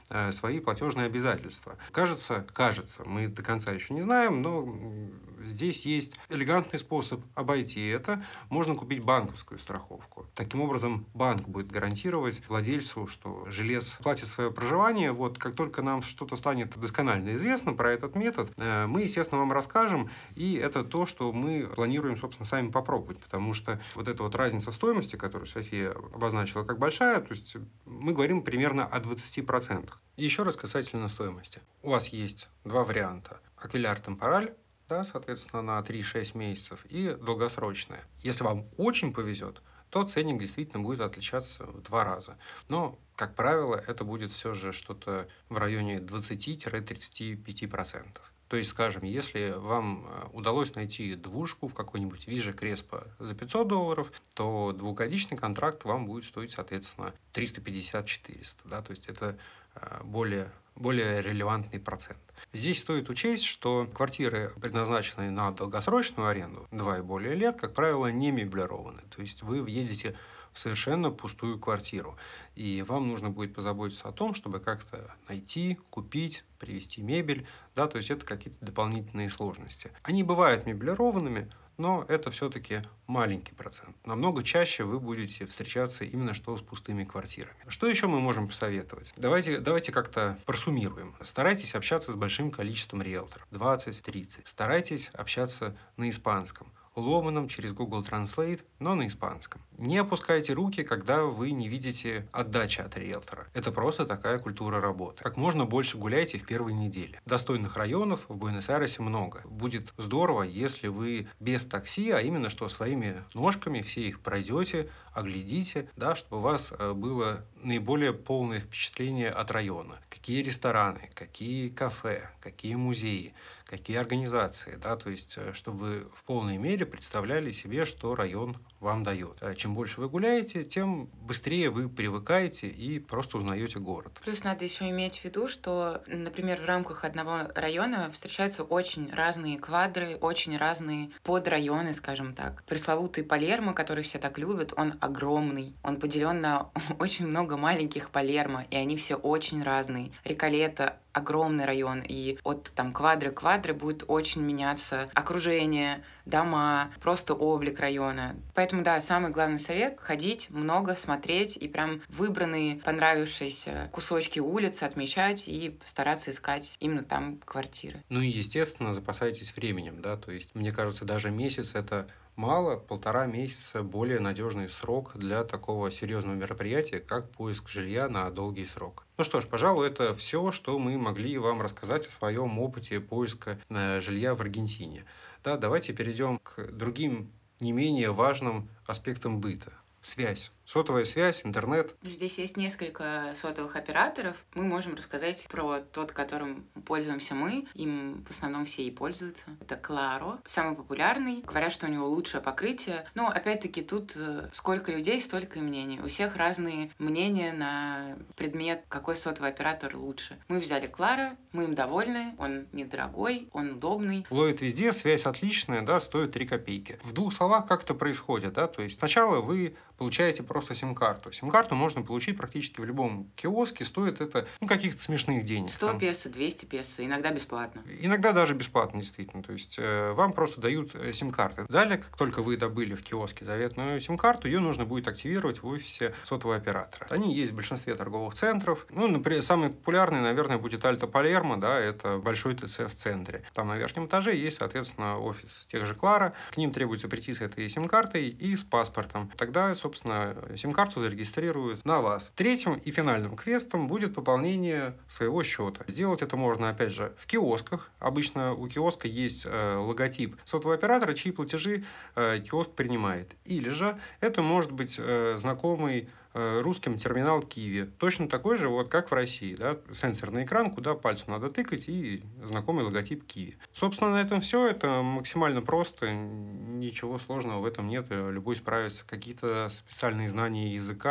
э, свои платежные обязательства. Кажется, кажется, мы до конца еще не знаем, но здесь есть элегантный способ обойти это. Можно купить банковскую страховку. Таким образом, банк будет гарантировать владельцу, что жилец платит свое проживание. Вот как только нам что-то станет досконально известно про этот метод, мы, естественно, вам расскажем. И это то, что мы планируем, собственно, сами попробовать. Потому что вот эта вот разница в стоимости, которую София обозначила как большая, то есть мы говорим примерно о двадцати процентах. И еще раз касательно стоимости. У вас есть два варианта. Аквилар темпораль, да, соответственно, на три-шесть месяцев, и долгосрочная. Если вам очень повезет, то ценник действительно будет отличаться в два раза. Но, как правило, это будет все же что-то в районе двадцати-тридцати пяти процентов. То есть, скажем, если вам удалось найти двушку в какой-нибудь Visa Crespo за пятьсот долларов, то двухгодичный контракт вам будет стоить, соответственно, триста пятьдесят - четыреста. Да? То есть, это более, более релевантный процент. Здесь стоит учесть, что квартиры, предназначенные на долгосрочную аренду, два и более лет, как правило, не меблированы. То есть, вы въедете в совершенно пустую квартиру. И вам нужно будет позаботиться о том, чтобы как-то найти, купить, привезти мебель. Да, то есть это какие-то дополнительные сложности. Они бывают меблированными, но это все-таки маленький процент. Намного чаще вы будете встречаться именно что с пустыми квартирами. Что еще мы можем посоветовать? Давайте, давайте как-то просуммируем. Старайтесь общаться с большим количеством риэлторов. двадцать-тридцать. Старайтесь общаться на испанском. Ломаном через Google Translate, но на испанском. Не опускайте руки, когда вы не видите отдачи от риэлтора. Это просто такая культура работы. Как можно больше гуляйте в первой неделе. Достойных районов в Буэнос-Айресе много. Будет здорово, если вы без такси, а именно что своими ножками все их пройдете, оглядите, да, чтобы у вас было наиболее полное впечатление от района. Какие рестораны, какие кафе, какие музеи, какие организации, да, то есть, чтобы вы в полной мере представляли себе, что район вам дает. Чем больше вы гуляете, тем быстрее вы привыкаете и просто узнаете город. Плюс надо еще иметь в виду, что, например, в рамках одного района встречаются очень разные квадры, очень разные подрайоны, скажем так. Пресловутый Палермо, который все так любят, он огромный. Он поделен на очень много маленьких Палермо, и они все очень разные. Риколета — огромный район, и от там квадры к квадре будет очень меняться окружение, дома, просто облик района. Поэтому, да, самый главный совет — ходить, много смотреть и прям выбранные, понравившиеся кусочки улицы отмечать и стараться искать именно там квартиры. Ну и, естественно, запасайтесь временем, да, то есть, мне кажется, даже месяц — это мало, полтора месяца — более надежный срок для такого серьезного мероприятия, как поиск жилья на долгий срок. Ну что ж, пожалуй, это все, что мы могли вам рассказать о своем опыте поиска жилья в Аргентине. Да, давайте перейдем к другим не менее важным аспектам быта. Связь. Сотовая связь, интернет. Здесь есть несколько сотовых операторов. Мы можем рассказать про тот, которым пользуемся мы. Им в основном все и пользуются. Это Claro. Самый популярный. Говорят, что у него лучшее покрытие. Но, опять-таки, тут сколько людей, столько и мнений. У всех разные мнения на предмет, какой сотовый оператор лучше. Мы взяли Claro, мы им довольны. Он недорогой, он удобный. Ловит везде, связь отличная, да, стоит три копейки. В двух словах, как это происходит, да, то есть сначала вы получаете просто сим-карту. Сим-карту можно получить практически в любом киоске. Стоит это, ну, каких-то смешных денег. сто там. Песо, двести песо, иногда бесплатно. Иногда даже бесплатно, действительно. То есть, э, вам просто дают сим-карты. Далее, как только вы добыли в киоске заветную сим-карту, ее нужно будет активировать в офисе сотового оператора. Они есть в большинстве торговых центров. Ну, например, самый популярный, наверное, будет Альто Палермо, да, это большой ТЦ в центре. Там на верхнем этаже есть, соответственно, офис тех же Claro. К ним требуется прийти с этой сим-картой и с паспортом. Тогда, собственно, сим-карту зарегистрируют на вас. Третьим и финальным квестом будет пополнение своего счета. Сделать это можно, опять же, в киосках. Обычно у киоска есть э, логотип сотового оператора, чьи платежи э, киоск принимает. Или же это может быть э, знакомый э, русским терминал Киви. Точно такой же, вот как в России. Да? Сенсорный экран, куда пальцем надо тыкать, и знакомый логотип Киви. Собственно, на этом все. Это максимально просто. Ничего сложного в этом нет. Любой справится. Какие-то специальные знания языка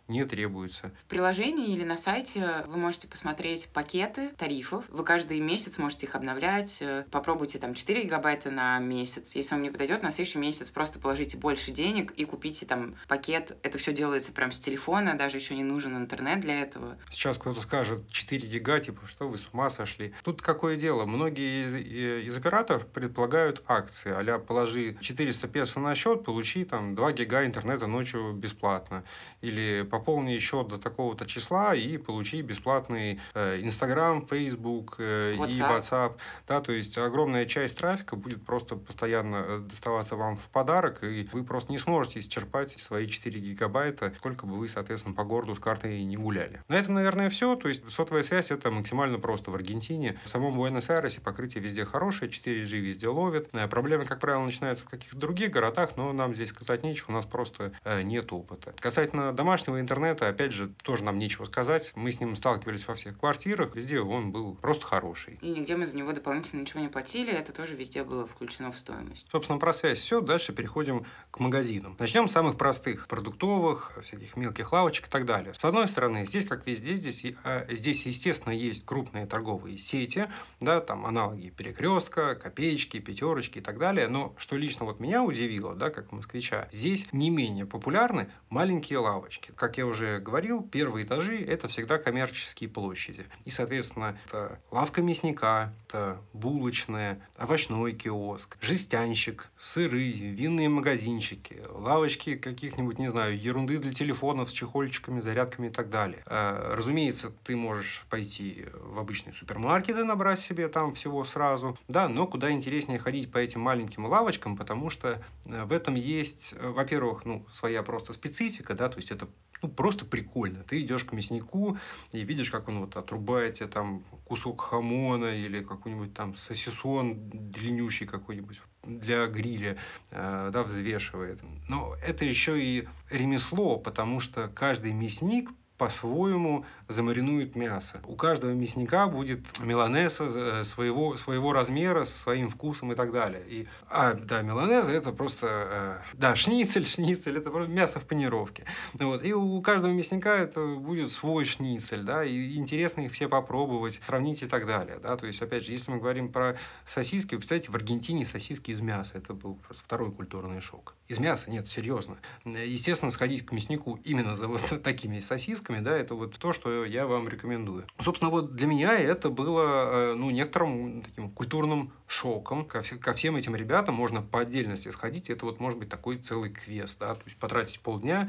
не требуется. В приложении или на сайте вы можете посмотреть пакеты тарифов. Вы каждый месяц можете их обновлять. Попробуйте там четыре гигабайта на месяц. Если вам не подойдет, на следующий месяц просто положите больше денег и купите там пакет. Это все делается прям с телефона, даже еще не нужен интернет для этого. Сейчас кто-то скажет четыре гига, типа, что вы с ума сошли. Тут какое дело? Многие из, из операторов предполагают акции. А-ля положи четыреста песо на счет, получи там два гига интернета ночью бесплатно. Или пополни счет до такого-то числа и получи бесплатный Инстаграм, Фейсбук э, и WhatsApp. Да, то есть огромная часть трафика будет просто постоянно доставаться вам в подарок, и вы просто не сможете исчерпать свои четыре гигабайта, сколько бы вы, соответственно, по городу с картой не гуляли. На этом, наверное, все. То есть сотовая связь это максимально просто в Аргентине. В самом Буэнос-Айресе покрытие везде хорошее, четыре джи везде ловит. Проблемы, как правило, начинаются в каких-то других городах, но нам здесь сказать нечего, у нас просто э, нет опыта. Касательно домашнего интернета, опять же, тоже нам нечего сказать. Мы с ним сталкивались во всех квартирах, везде он был просто хороший. И нигде мы за него дополнительно ничего не платили, это тоже везде было включено в стоимость. Собственно, про связь все. Дальше переходим к магазинам. Начнем с самых простых, продуктовых, всяких мелких лавочек и так далее. С одной стороны, здесь, как везде, здесь, здесь естественно, есть крупные торговые сети, да, там аналоги Перекрестка, Копеечки, Пятерочки и так далее. Но что лично вот меня удивило, да, как москвича, здесь не менее популярны маленькие лавочки. Как я уже говорил, первые этажи – это всегда коммерческие площади. И, соответственно, это лавка мясника, это булочная, овощной киоск, жестянщик, сыры, винные магазинчики, лавочки каких-нибудь, не знаю, ерунды для телефонов с чехольчиками, зарядками и так далее. Разумеется, ты можешь пойти в обычные супермаркеты, набрать себе там всего сразу, да, но куда интереснее ходить по этим маленьким лавочкам, потому что в этом есть, во-первых, ну, своя просто специфика, да, то есть это ну, просто прикольно. Ты идешь к мяснику и видишь, как он вот отрубает тебе там кусок хамона или какой-нибудь там сосисон длиннющий какой-нибудь для гриля, э, да, взвешивает. Но это еще и ремесло, потому что каждый мясник по-своему замаринует мясо. У каждого мясника будет миланеса своего, своего размера, со своим вкусом и так далее. И, а, да, миланеза это просто, э, да, шницель, шницель, это просто мясо в панировке. Вот. И у каждого мясника это будет свой шницель, да, и интересно их все попробовать, сравнить и так далее, да. То есть, опять же, если мы говорим про сосиски, вы представляете, в Аргентине сосиски из мяса, это был просто второй культурный шок. Из мяса? Нет, серьезно. Естественно, сходить к мяснику именно за вот такими сосисками, да, это вот то, что я вам рекомендую. Собственно, вот для меня это было, ну, некоторым таким культурным шоком. Ко, ко всем этим ребятам можно по отдельности сходить. Это вот может быть такой целый квест, да, то есть потратить полдня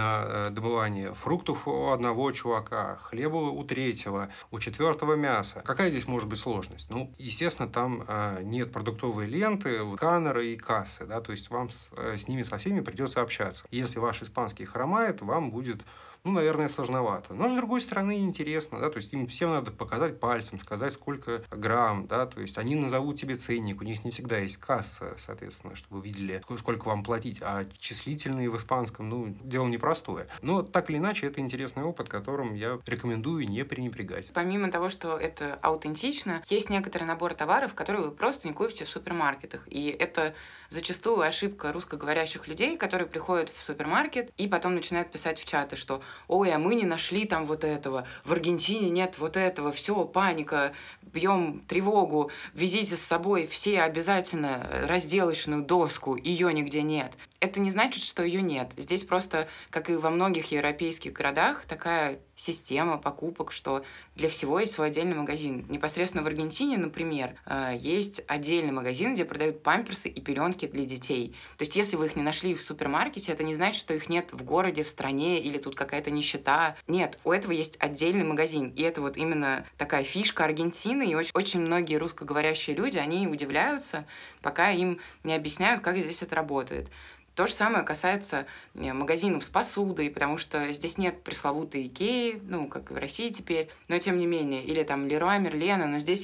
на добывание фруктов у одного чувака, хлеба у третьего, у четвертого мяса. Какая здесь может быть сложность? Ну, естественно, там нет продуктовой ленты, сканера и кассы, да, то есть вам с, с ними со всеми придется общаться. Если ваш испанский хромает, вам будет, ну, наверное, сложновато. Но, с другой стороны, интересно, да, то есть им всем надо показать пальцем, сказать, сколько грамм, да, то есть они назовут тебе ценник, у них не всегда есть касса, соответственно, чтобы вы видели, сколько вам платить, а числительные в испанском, ну, дело непростое. Но, так или иначе, это интересный опыт, которым я рекомендую не пренебрегать. Помимо того, что это аутентично, есть некоторый набор товаров, которые вы просто не купите в супермаркетах, и это зачастую ошибка русскоговорящих людей, которые приходят в супермаркет и потом начинают писать в чаты, что «Ой, а мы не нашли там вот этого, в Аргентине нет вот этого, все, паника, бьем тревогу, везите с собой все обязательно разделочную доску, ее нигде нет». Это не значит, что ее нет. Здесь просто, как и во многих европейских городах, такая система покупок, что для всего есть свой отдельный магазин. Непосредственно в Аргентине, например, есть отдельный магазин, где продают памперсы и пеленки для детей. То есть, если вы их не нашли в супермаркете, это не значит, что их нет в городе, в стране, или тут какая-то нищета. Нет, у этого есть отдельный магазин. И это вот именно такая фишка Аргентины. И очень, очень многие русскоговорящие люди, они удивляются, пока им не объясняют, как здесь это работает. То же самое касается магазинов с посудой, потому что здесь нет пресловутой Икеи, ну, как и в России теперь, но тем не менее, или там Леруа Мерлена, но здесь есть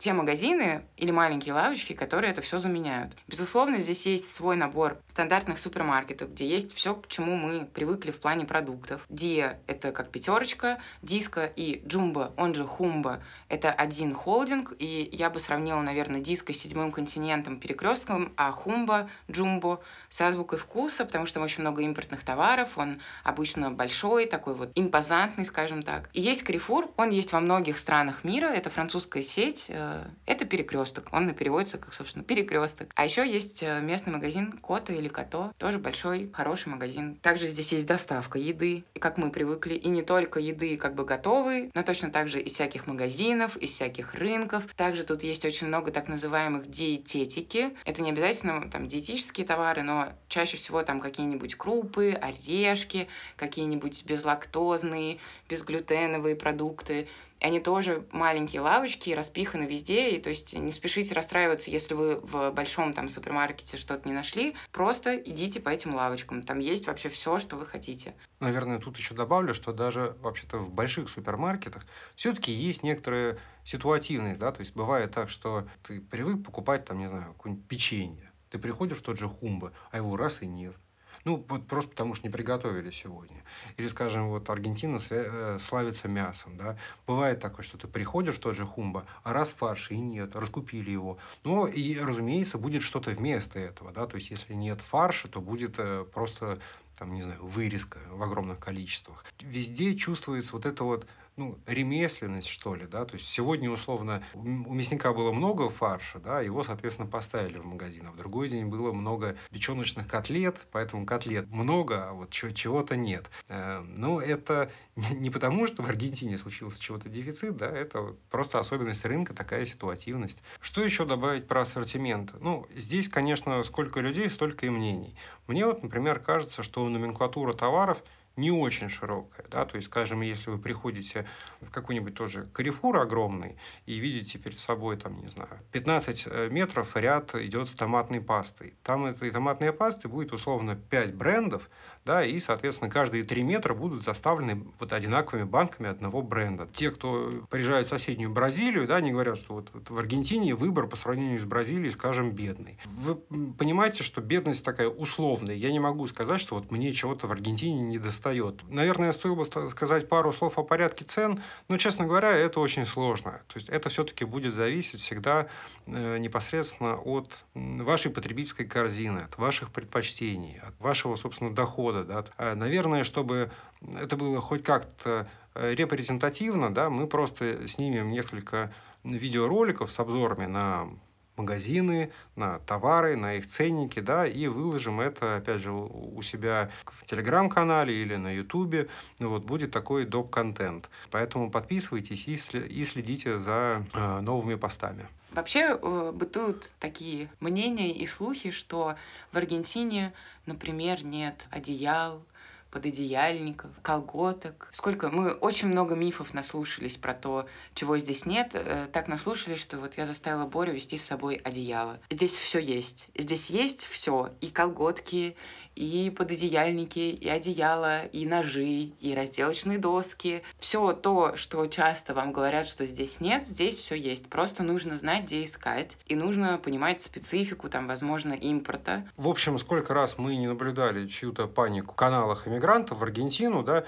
те магазины или маленькие лавочки, которые это все заменяют. Безусловно, здесь есть свой набор стандартных супермаркетов, где есть все, к чему мы привыкли в плане продуктов. Диа — это как пятерочка, Диско и Джумбо, он же Хумба, это один холдинг, и я бы сравнила, наверное, Диско с Седьмым континентом, Перекрестком, а Хумба, Джумбо с азбукой вкуса, потому что там очень много импортных товаров, он обычно большой, такой вот импозантный, скажем так. И есть Carrefour, он есть во многих странах мира, это французская сеть, это Перекресток, он переводится как, собственно, перекресток. А еще есть местный магазин Кота или Като, тоже большой, хороший магазин. Также здесь есть доставка еды, как мы привыкли, и не только еды как бы готовой, но точно так же из всяких магазинов, из всяких рынков. Также тут есть очень много так называемых диететики. Это не обязательно там диетические товары, но чаще всего там какие-нибудь крупы, орешки, какие-нибудь безлактозные, безглютеновые продукты. Они тоже маленькие лавочки, распиханы везде, и то есть не спешите расстраиваться, если вы в большом там супермаркете что-то не нашли, просто идите по этим лавочкам, там есть вообще все, что вы хотите. Наверное, тут еще добавлю, что даже вообще-то в больших супермаркетах все-таки есть некоторая ситуативность, да, то есть бывает так, что ты привык покупать там, не знаю, какое-нибудь печенье, ты приходишь в тот же Хумба, а его раз и нет. Ну, вот просто потому что не приготовили сегодня. Или, скажем, вот Аргентина славится мясом, да. Бывает такое, что ты приходишь в тот же Хумба, а раз фарш и нет, раскупили его. Но и, разумеется, будет что-то вместо этого, да. То есть, если нет фарша, то будет просто, там, не знаю, вырезка в огромных количествах. Везде чувствуется вот это вот, ну, ремесленность, что ли, да, то есть сегодня, условно, у мясника было много фарша, да, его, соответственно, поставили в магазин, а в другой день было много печеночных котлет, поэтому котлет много, а вот чего-то нет. Но это не потому, что в Аргентине случился чего-то дефицит, да, это просто особенность рынка, такая ситуативность. Что еще добавить про ассортимент? Ну, здесь, конечно, сколько людей, столько и мнений. Мне вот, например, кажется, что номенклатура товаров не очень широкая, да, то есть, скажем, если вы приходите в какой-нибудь тоже Carrefour огромный и видите перед собой, там, не знаю, пятнадцать метров ряд идет с томатной пастой. Там этой томатной пасты будет условно пять брендов, да, и, соответственно, каждые три метра будут заставлены вот одинаковыми банками одного бренда. Те, кто приезжает в соседнюю Бразилию, да, они говорят, что вот, вот в Аргентине выбор по сравнению с Бразилией, скажем, бедный. Вы понимаете, что бедность такая условная. Я не могу сказать, что вот мне чего-то в Аргентине не достает. Наверное, стоило бы сказать пару слов о порядке цен, но, честно говоря, это очень сложно. То есть это все-таки будет зависеть всегда э, непосредственно от вашей потребительской корзины, от ваших предпочтений, от вашего, собственно, дохода. Да. Наверное, чтобы это было хоть как-то репрезентативно, да, мы просто снимем несколько видеороликов с обзорами на магазины, на товары, на их ценники, да, и выложим это, опять же, у себя в Телеграм-канале или на Ютубе. Вот, будет такой доп-контент. Поэтому подписывайтесь и следите за новыми постами. Вообще бытуют такие мнения и слухи, что в Аргентине, например, нет одеял, пододеяльников, колготок. Сколько? Мы очень много мифов наслушались про то, чего здесь нет. Так наслушались, что вот я заставила Борю везти с собой одеяло. Здесь все есть. Здесь есть все. И колготки, и пододеяльники, и одеяло, и ножи, и разделочные доски. Все то, что часто вам говорят, что здесь нет, здесь все есть. Просто нужно знать, где искать. И нужно понимать специфику, там, возможно, импорта. В общем, сколько раз мы не наблюдали чью-то панику в каналах иммигрантов в Аргентину, да,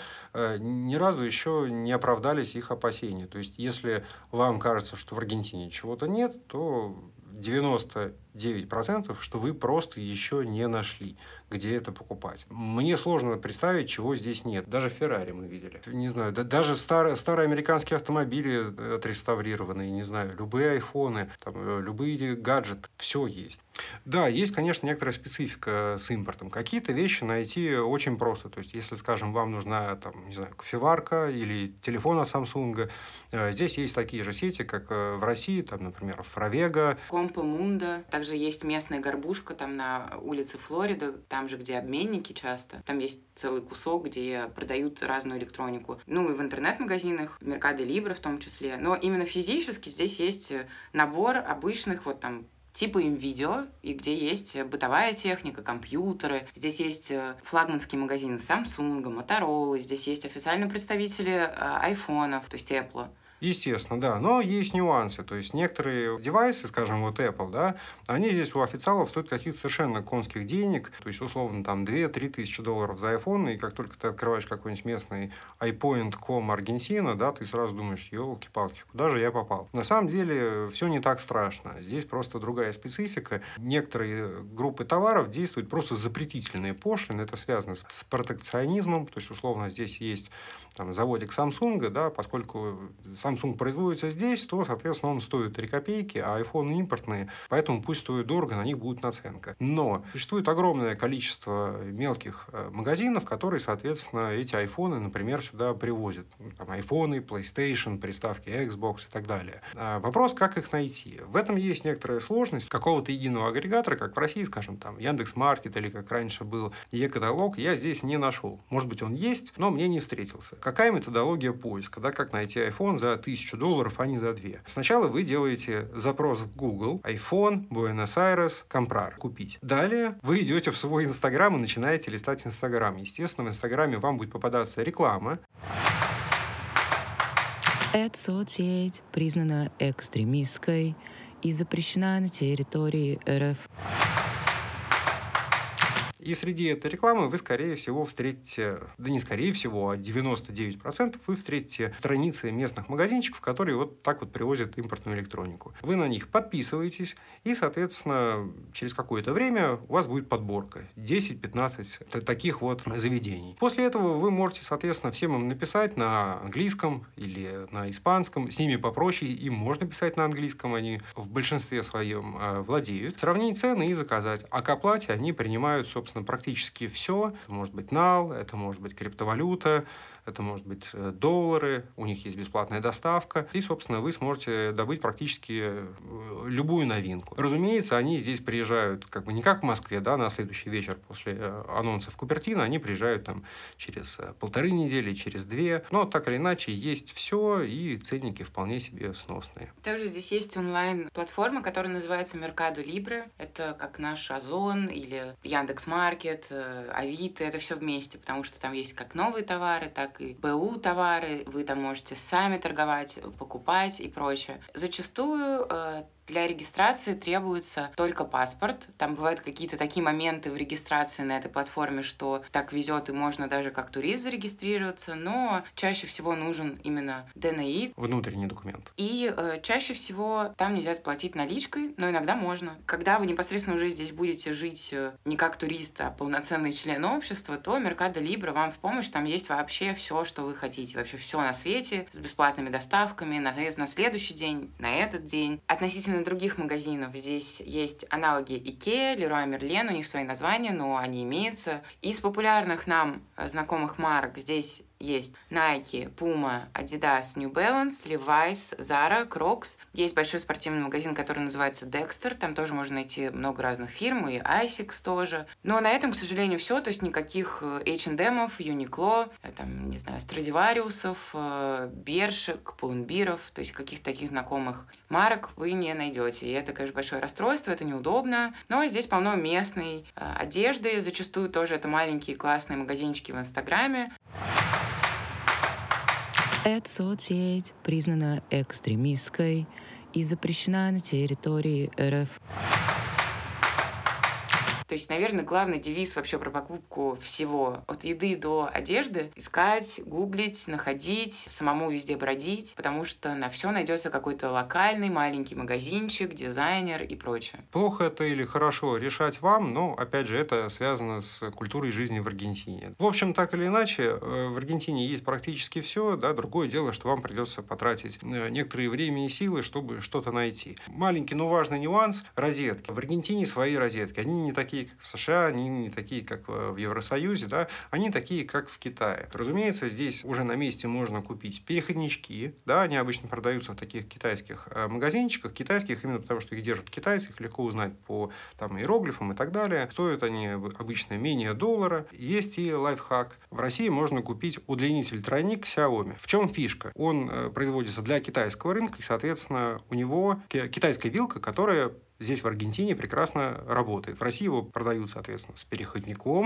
ни разу еще не оправдались их опасения. То есть, если вам кажется, что в Аргентине чего-то нет, то девяносто девять процентов, что вы просто еще не нашли, где это покупать. Мне сложно представить, чего здесь нет. Даже Феррари мы видели. Не знаю, да, даже старые, старые американские автомобили отреставрированные, не знаю, любые айфоны, там, любые гаджеты, все есть. Да, есть, конечно, некоторая специфика с импортом. Какие-то вещи найти очень просто. То есть, если, скажем, вам нужна, там, не знаю, кофеварка или телефон от Samsung, здесь есть такие же сети, как в России, там, например, Фравега. Компо Мунда. Также есть местная горбушка там на улице Флорида, там же, где обменники часто. Там есть целый кусок, где продают разную электронику. Ну и в интернет-магазинах, в Меркадо Либре в том числе. Но именно физически здесь есть набор обычных вот там типа ин-видео, и где есть бытовая техника, компьютеры. Здесь есть флагманские магазины Samsung, Motorola, здесь есть официальные представители айфонов, то есть Apple. Естественно, да. Но есть нюансы. То есть некоторые девайсы, скажем, вот Apple, да, они здесь у официалов стоят каких-то совершенно конских денег. То есть, условно, там две-три тысячи долларов за iPhone. И как только ты открываешь какой-нибудь местный iPoint точка ком Аргентина, да, ты сразу думаешь, елки-палки, куда же я попал? На самом деле все не так страшно. Здесь просто другая специфика. Некоторые группы товаров действуют просто запретительные пошлины. Это связано с с протекционизмом. То есть, условно, здесь есть там, заводик Samsung, да, поскольку Samsung производится здесь, то, соответственно, он стоит три копейки, а iPhone импортные, поэтому пусть стоит дорого, на них будет наценка. Но существует огромное количество мелких магазинов, которые, соответственно, эти айфоны, например, сюда привозят. Там айфоны, PlayStation, приставки Xbox и так далее. А вопрос, как их найти. В этом есть некоторая сложность. Какого-то единого агрегатора, как в России, скажем, там Яндекс.Маркет или как раньше был Е-каталог, я здесь не нашел. Может быть, он есть, но мне не встретился. Какая методология поиска? Да, как найти iPhone за тысячу долларов, а не за две? Сначала вы делаете запрос в Google iPhone, Буэнос-Айрес, comprar, купить. Далее вы идете в свой Инстаграм и начинаете листать Инстаграм. Естественно, в Инстаграме вам будет попадаться реклама. Эта соцсеть признана экстремистской и запрещена на территории эр эф. И среди этой рекламы вы, скорее всего, встретите, да не скорее всего, а девяносто девять процентов вы встретите страницы местных магазинчиков, которые вот так вот привозят импортную электронику. Вы на них подписываетесь, и, соответственно, через какое-то время у вас будет подборка десять-пятнадцать таких вот заведений. После этого вы можете, соответственно, всем им написать на английском или на испанском. С ними попроще, им можно писать на английском, они в большинстве своем владеют. Сравнить цены и заказать. А к оплате они принимают, собственно, практически все. Это может быть нал, это может быть криптовалюта, это может быть доллары, у них есть бесплатная доставка, и, собственно, вы сможете добыть практически любую новинку. Разумеется, они здесь приезжают как бы не как в Москве, да, на следующий вечер после анонсов Купертино, они приезжают там через полторы недели, через две, но так или иначе есть все, и ценники вполне себе сносные. Также здесь есть онлайн-платформа, которая называется Mercado Libre. Это как наш Озон или Яндекс.Маркет, Авито, это все вместе, потому что там есть как новые товары, так и БУ товары, вы там можете сами торговать, покупать и прочее. Зачастую э, для регистрации требуется только паспорт. Там бывают какие-то такие моменты в регистрации на этой платформе, что так везет и можно даже как турист зарегистрироваться, но чаще всего нужен именно ди эн и. Внутренний документ. И э, чаще всего там нельзя платить наличкой, но иногда можно. Когда вы непосредственно уже здесь будете жить э, не как турист, а полноценный член общества, то Mercado Libre вам в помощь. Там есть вообще все, что вы хотите. Вообще все на свете с бесплатными доставками на, на следующий день, на этот день. Относительно других магазинов здесь есть аналоги Икеа, Леруа Мерлен, у них свои названия, но они имеются. Из популярных нам знакомых марок здесь есть Nike, Puma, Adidas, New Balance, Levi's, Zara, Crocs. Есть большой спортивный магазин, который называется Dexter. Там тоже можно найти много разных фирм, и Asics тоже. Но на этом, к сожалению, все. То есть никаких эйч энд эм, Uniqlo, там, не знаю, Страдивариусов, Бершек, Пулнбиров, то есть каких-то таких знакомых марок вы не найдете. И это, конечно, большое расстройство, это неудобно. Но здесь полно местной одежды. Зачастую тоже это маленькие классные магазинчики в Инстаграме. Эта соцсеть признана экстремистской и запрещена на территории эр эф. То есть, наверное, главный девиз вообще про покупку всего, от еды до одежды, искать, гуглить, находить, самому везде бродить, потому что на все найдется какой-то локальный маленький магазинчик, дизайнер и прочее. Плохо это или хорошо решать вам, но, опять же, это связано с культурой жизни в Аргентине. В общем, так или иначе, в Аргентине есть практически все, да, другое дело, что вам придется потратить некоторые время и силы, чтобы что-то найти. Маленький, но важный нюанс – розетки. В Аргентине свои розетки, они не такие, как в США, они не такие, как в Евросоюзе, да, они такие, как в Китае. Разумеется, здесь уже на месте можно купить переходнички, да, они обычно продаются в таких китайских магазинчиках, китайских именно потому, что их держат китайцы, их легко узнать по там, иероглифам и так далее. Стоят они обычно менее доллара. Есть и лайфхак. В России можно купить удлинитель-тройник Xiaomi. В чем фишка? Он производится для китайского рынка, и, соответственно, у него китайская вилка, которая здесь, в Аргентине, прекрасно работает. В России его продают, соответственно, с переходником,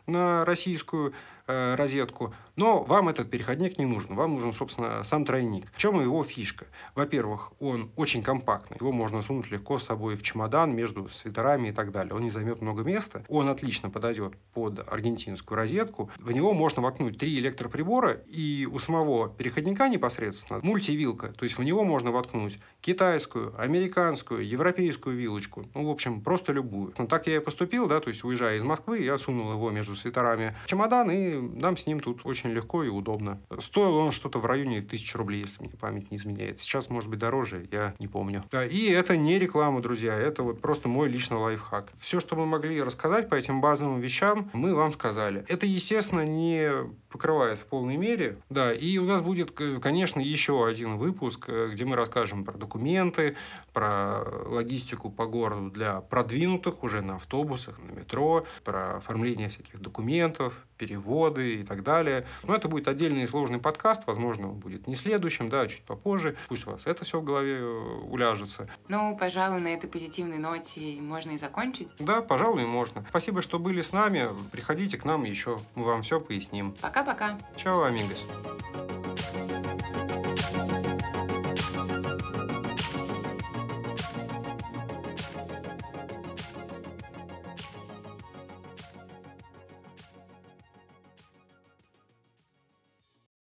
на российскую э, розетку, но вам этот переходник не нужен. Вам нужен, собственно, сам тройник. В чем его фишка? Во-первых, он очень компактный. Его можно сунуть легко с собой в чемодан между свитерами и так далее. Он не займет много места. Он отлично подойдет под аргентинскую розетку. В него можно воткнуть три электроприбора, и у самого переходника непосредственно мультивилка. То есть в него можно воткнуть китайскую, американскую, европейскую вилочку. Ну, в общем, просто любую. Ну, так я и поступил, да, то есть, уезжая из Москвы, я сунул его между свитерами в чемодан, и нам с ним тут очень легко и удобно. Стоил он что-то в районе тысячи рублей, если мне память не изменяет. Сейчас, может быть, дороже, я не помню. Да, и это не реклама, друзья, это вот просто мой личный лайфхак. Все, что мы могли рассказать по этим базовым вещам, мы вам сказали. Это, естественно, не покрывает в полной мере. Да, и у нас будет, конечно, еще один выпуск, где мы расскажем про документы, про логистику по городу для продвинутых уже на автобусах, на метро, про оформление всяких документов, переводы и так далее. Но это будет отдельный и сложный подкаст, возможно, он будет не следующим, да, чуть попозже. Пусть у вас это все в голове уляжется. Ну, пожалуй, на этой позитивной ноте можно и закончить. Да, пожалуй, можно. Спасибо, что были с нами. Приходите к нам еще, мы вам все поясним. Пока-пока. Чао, амигос.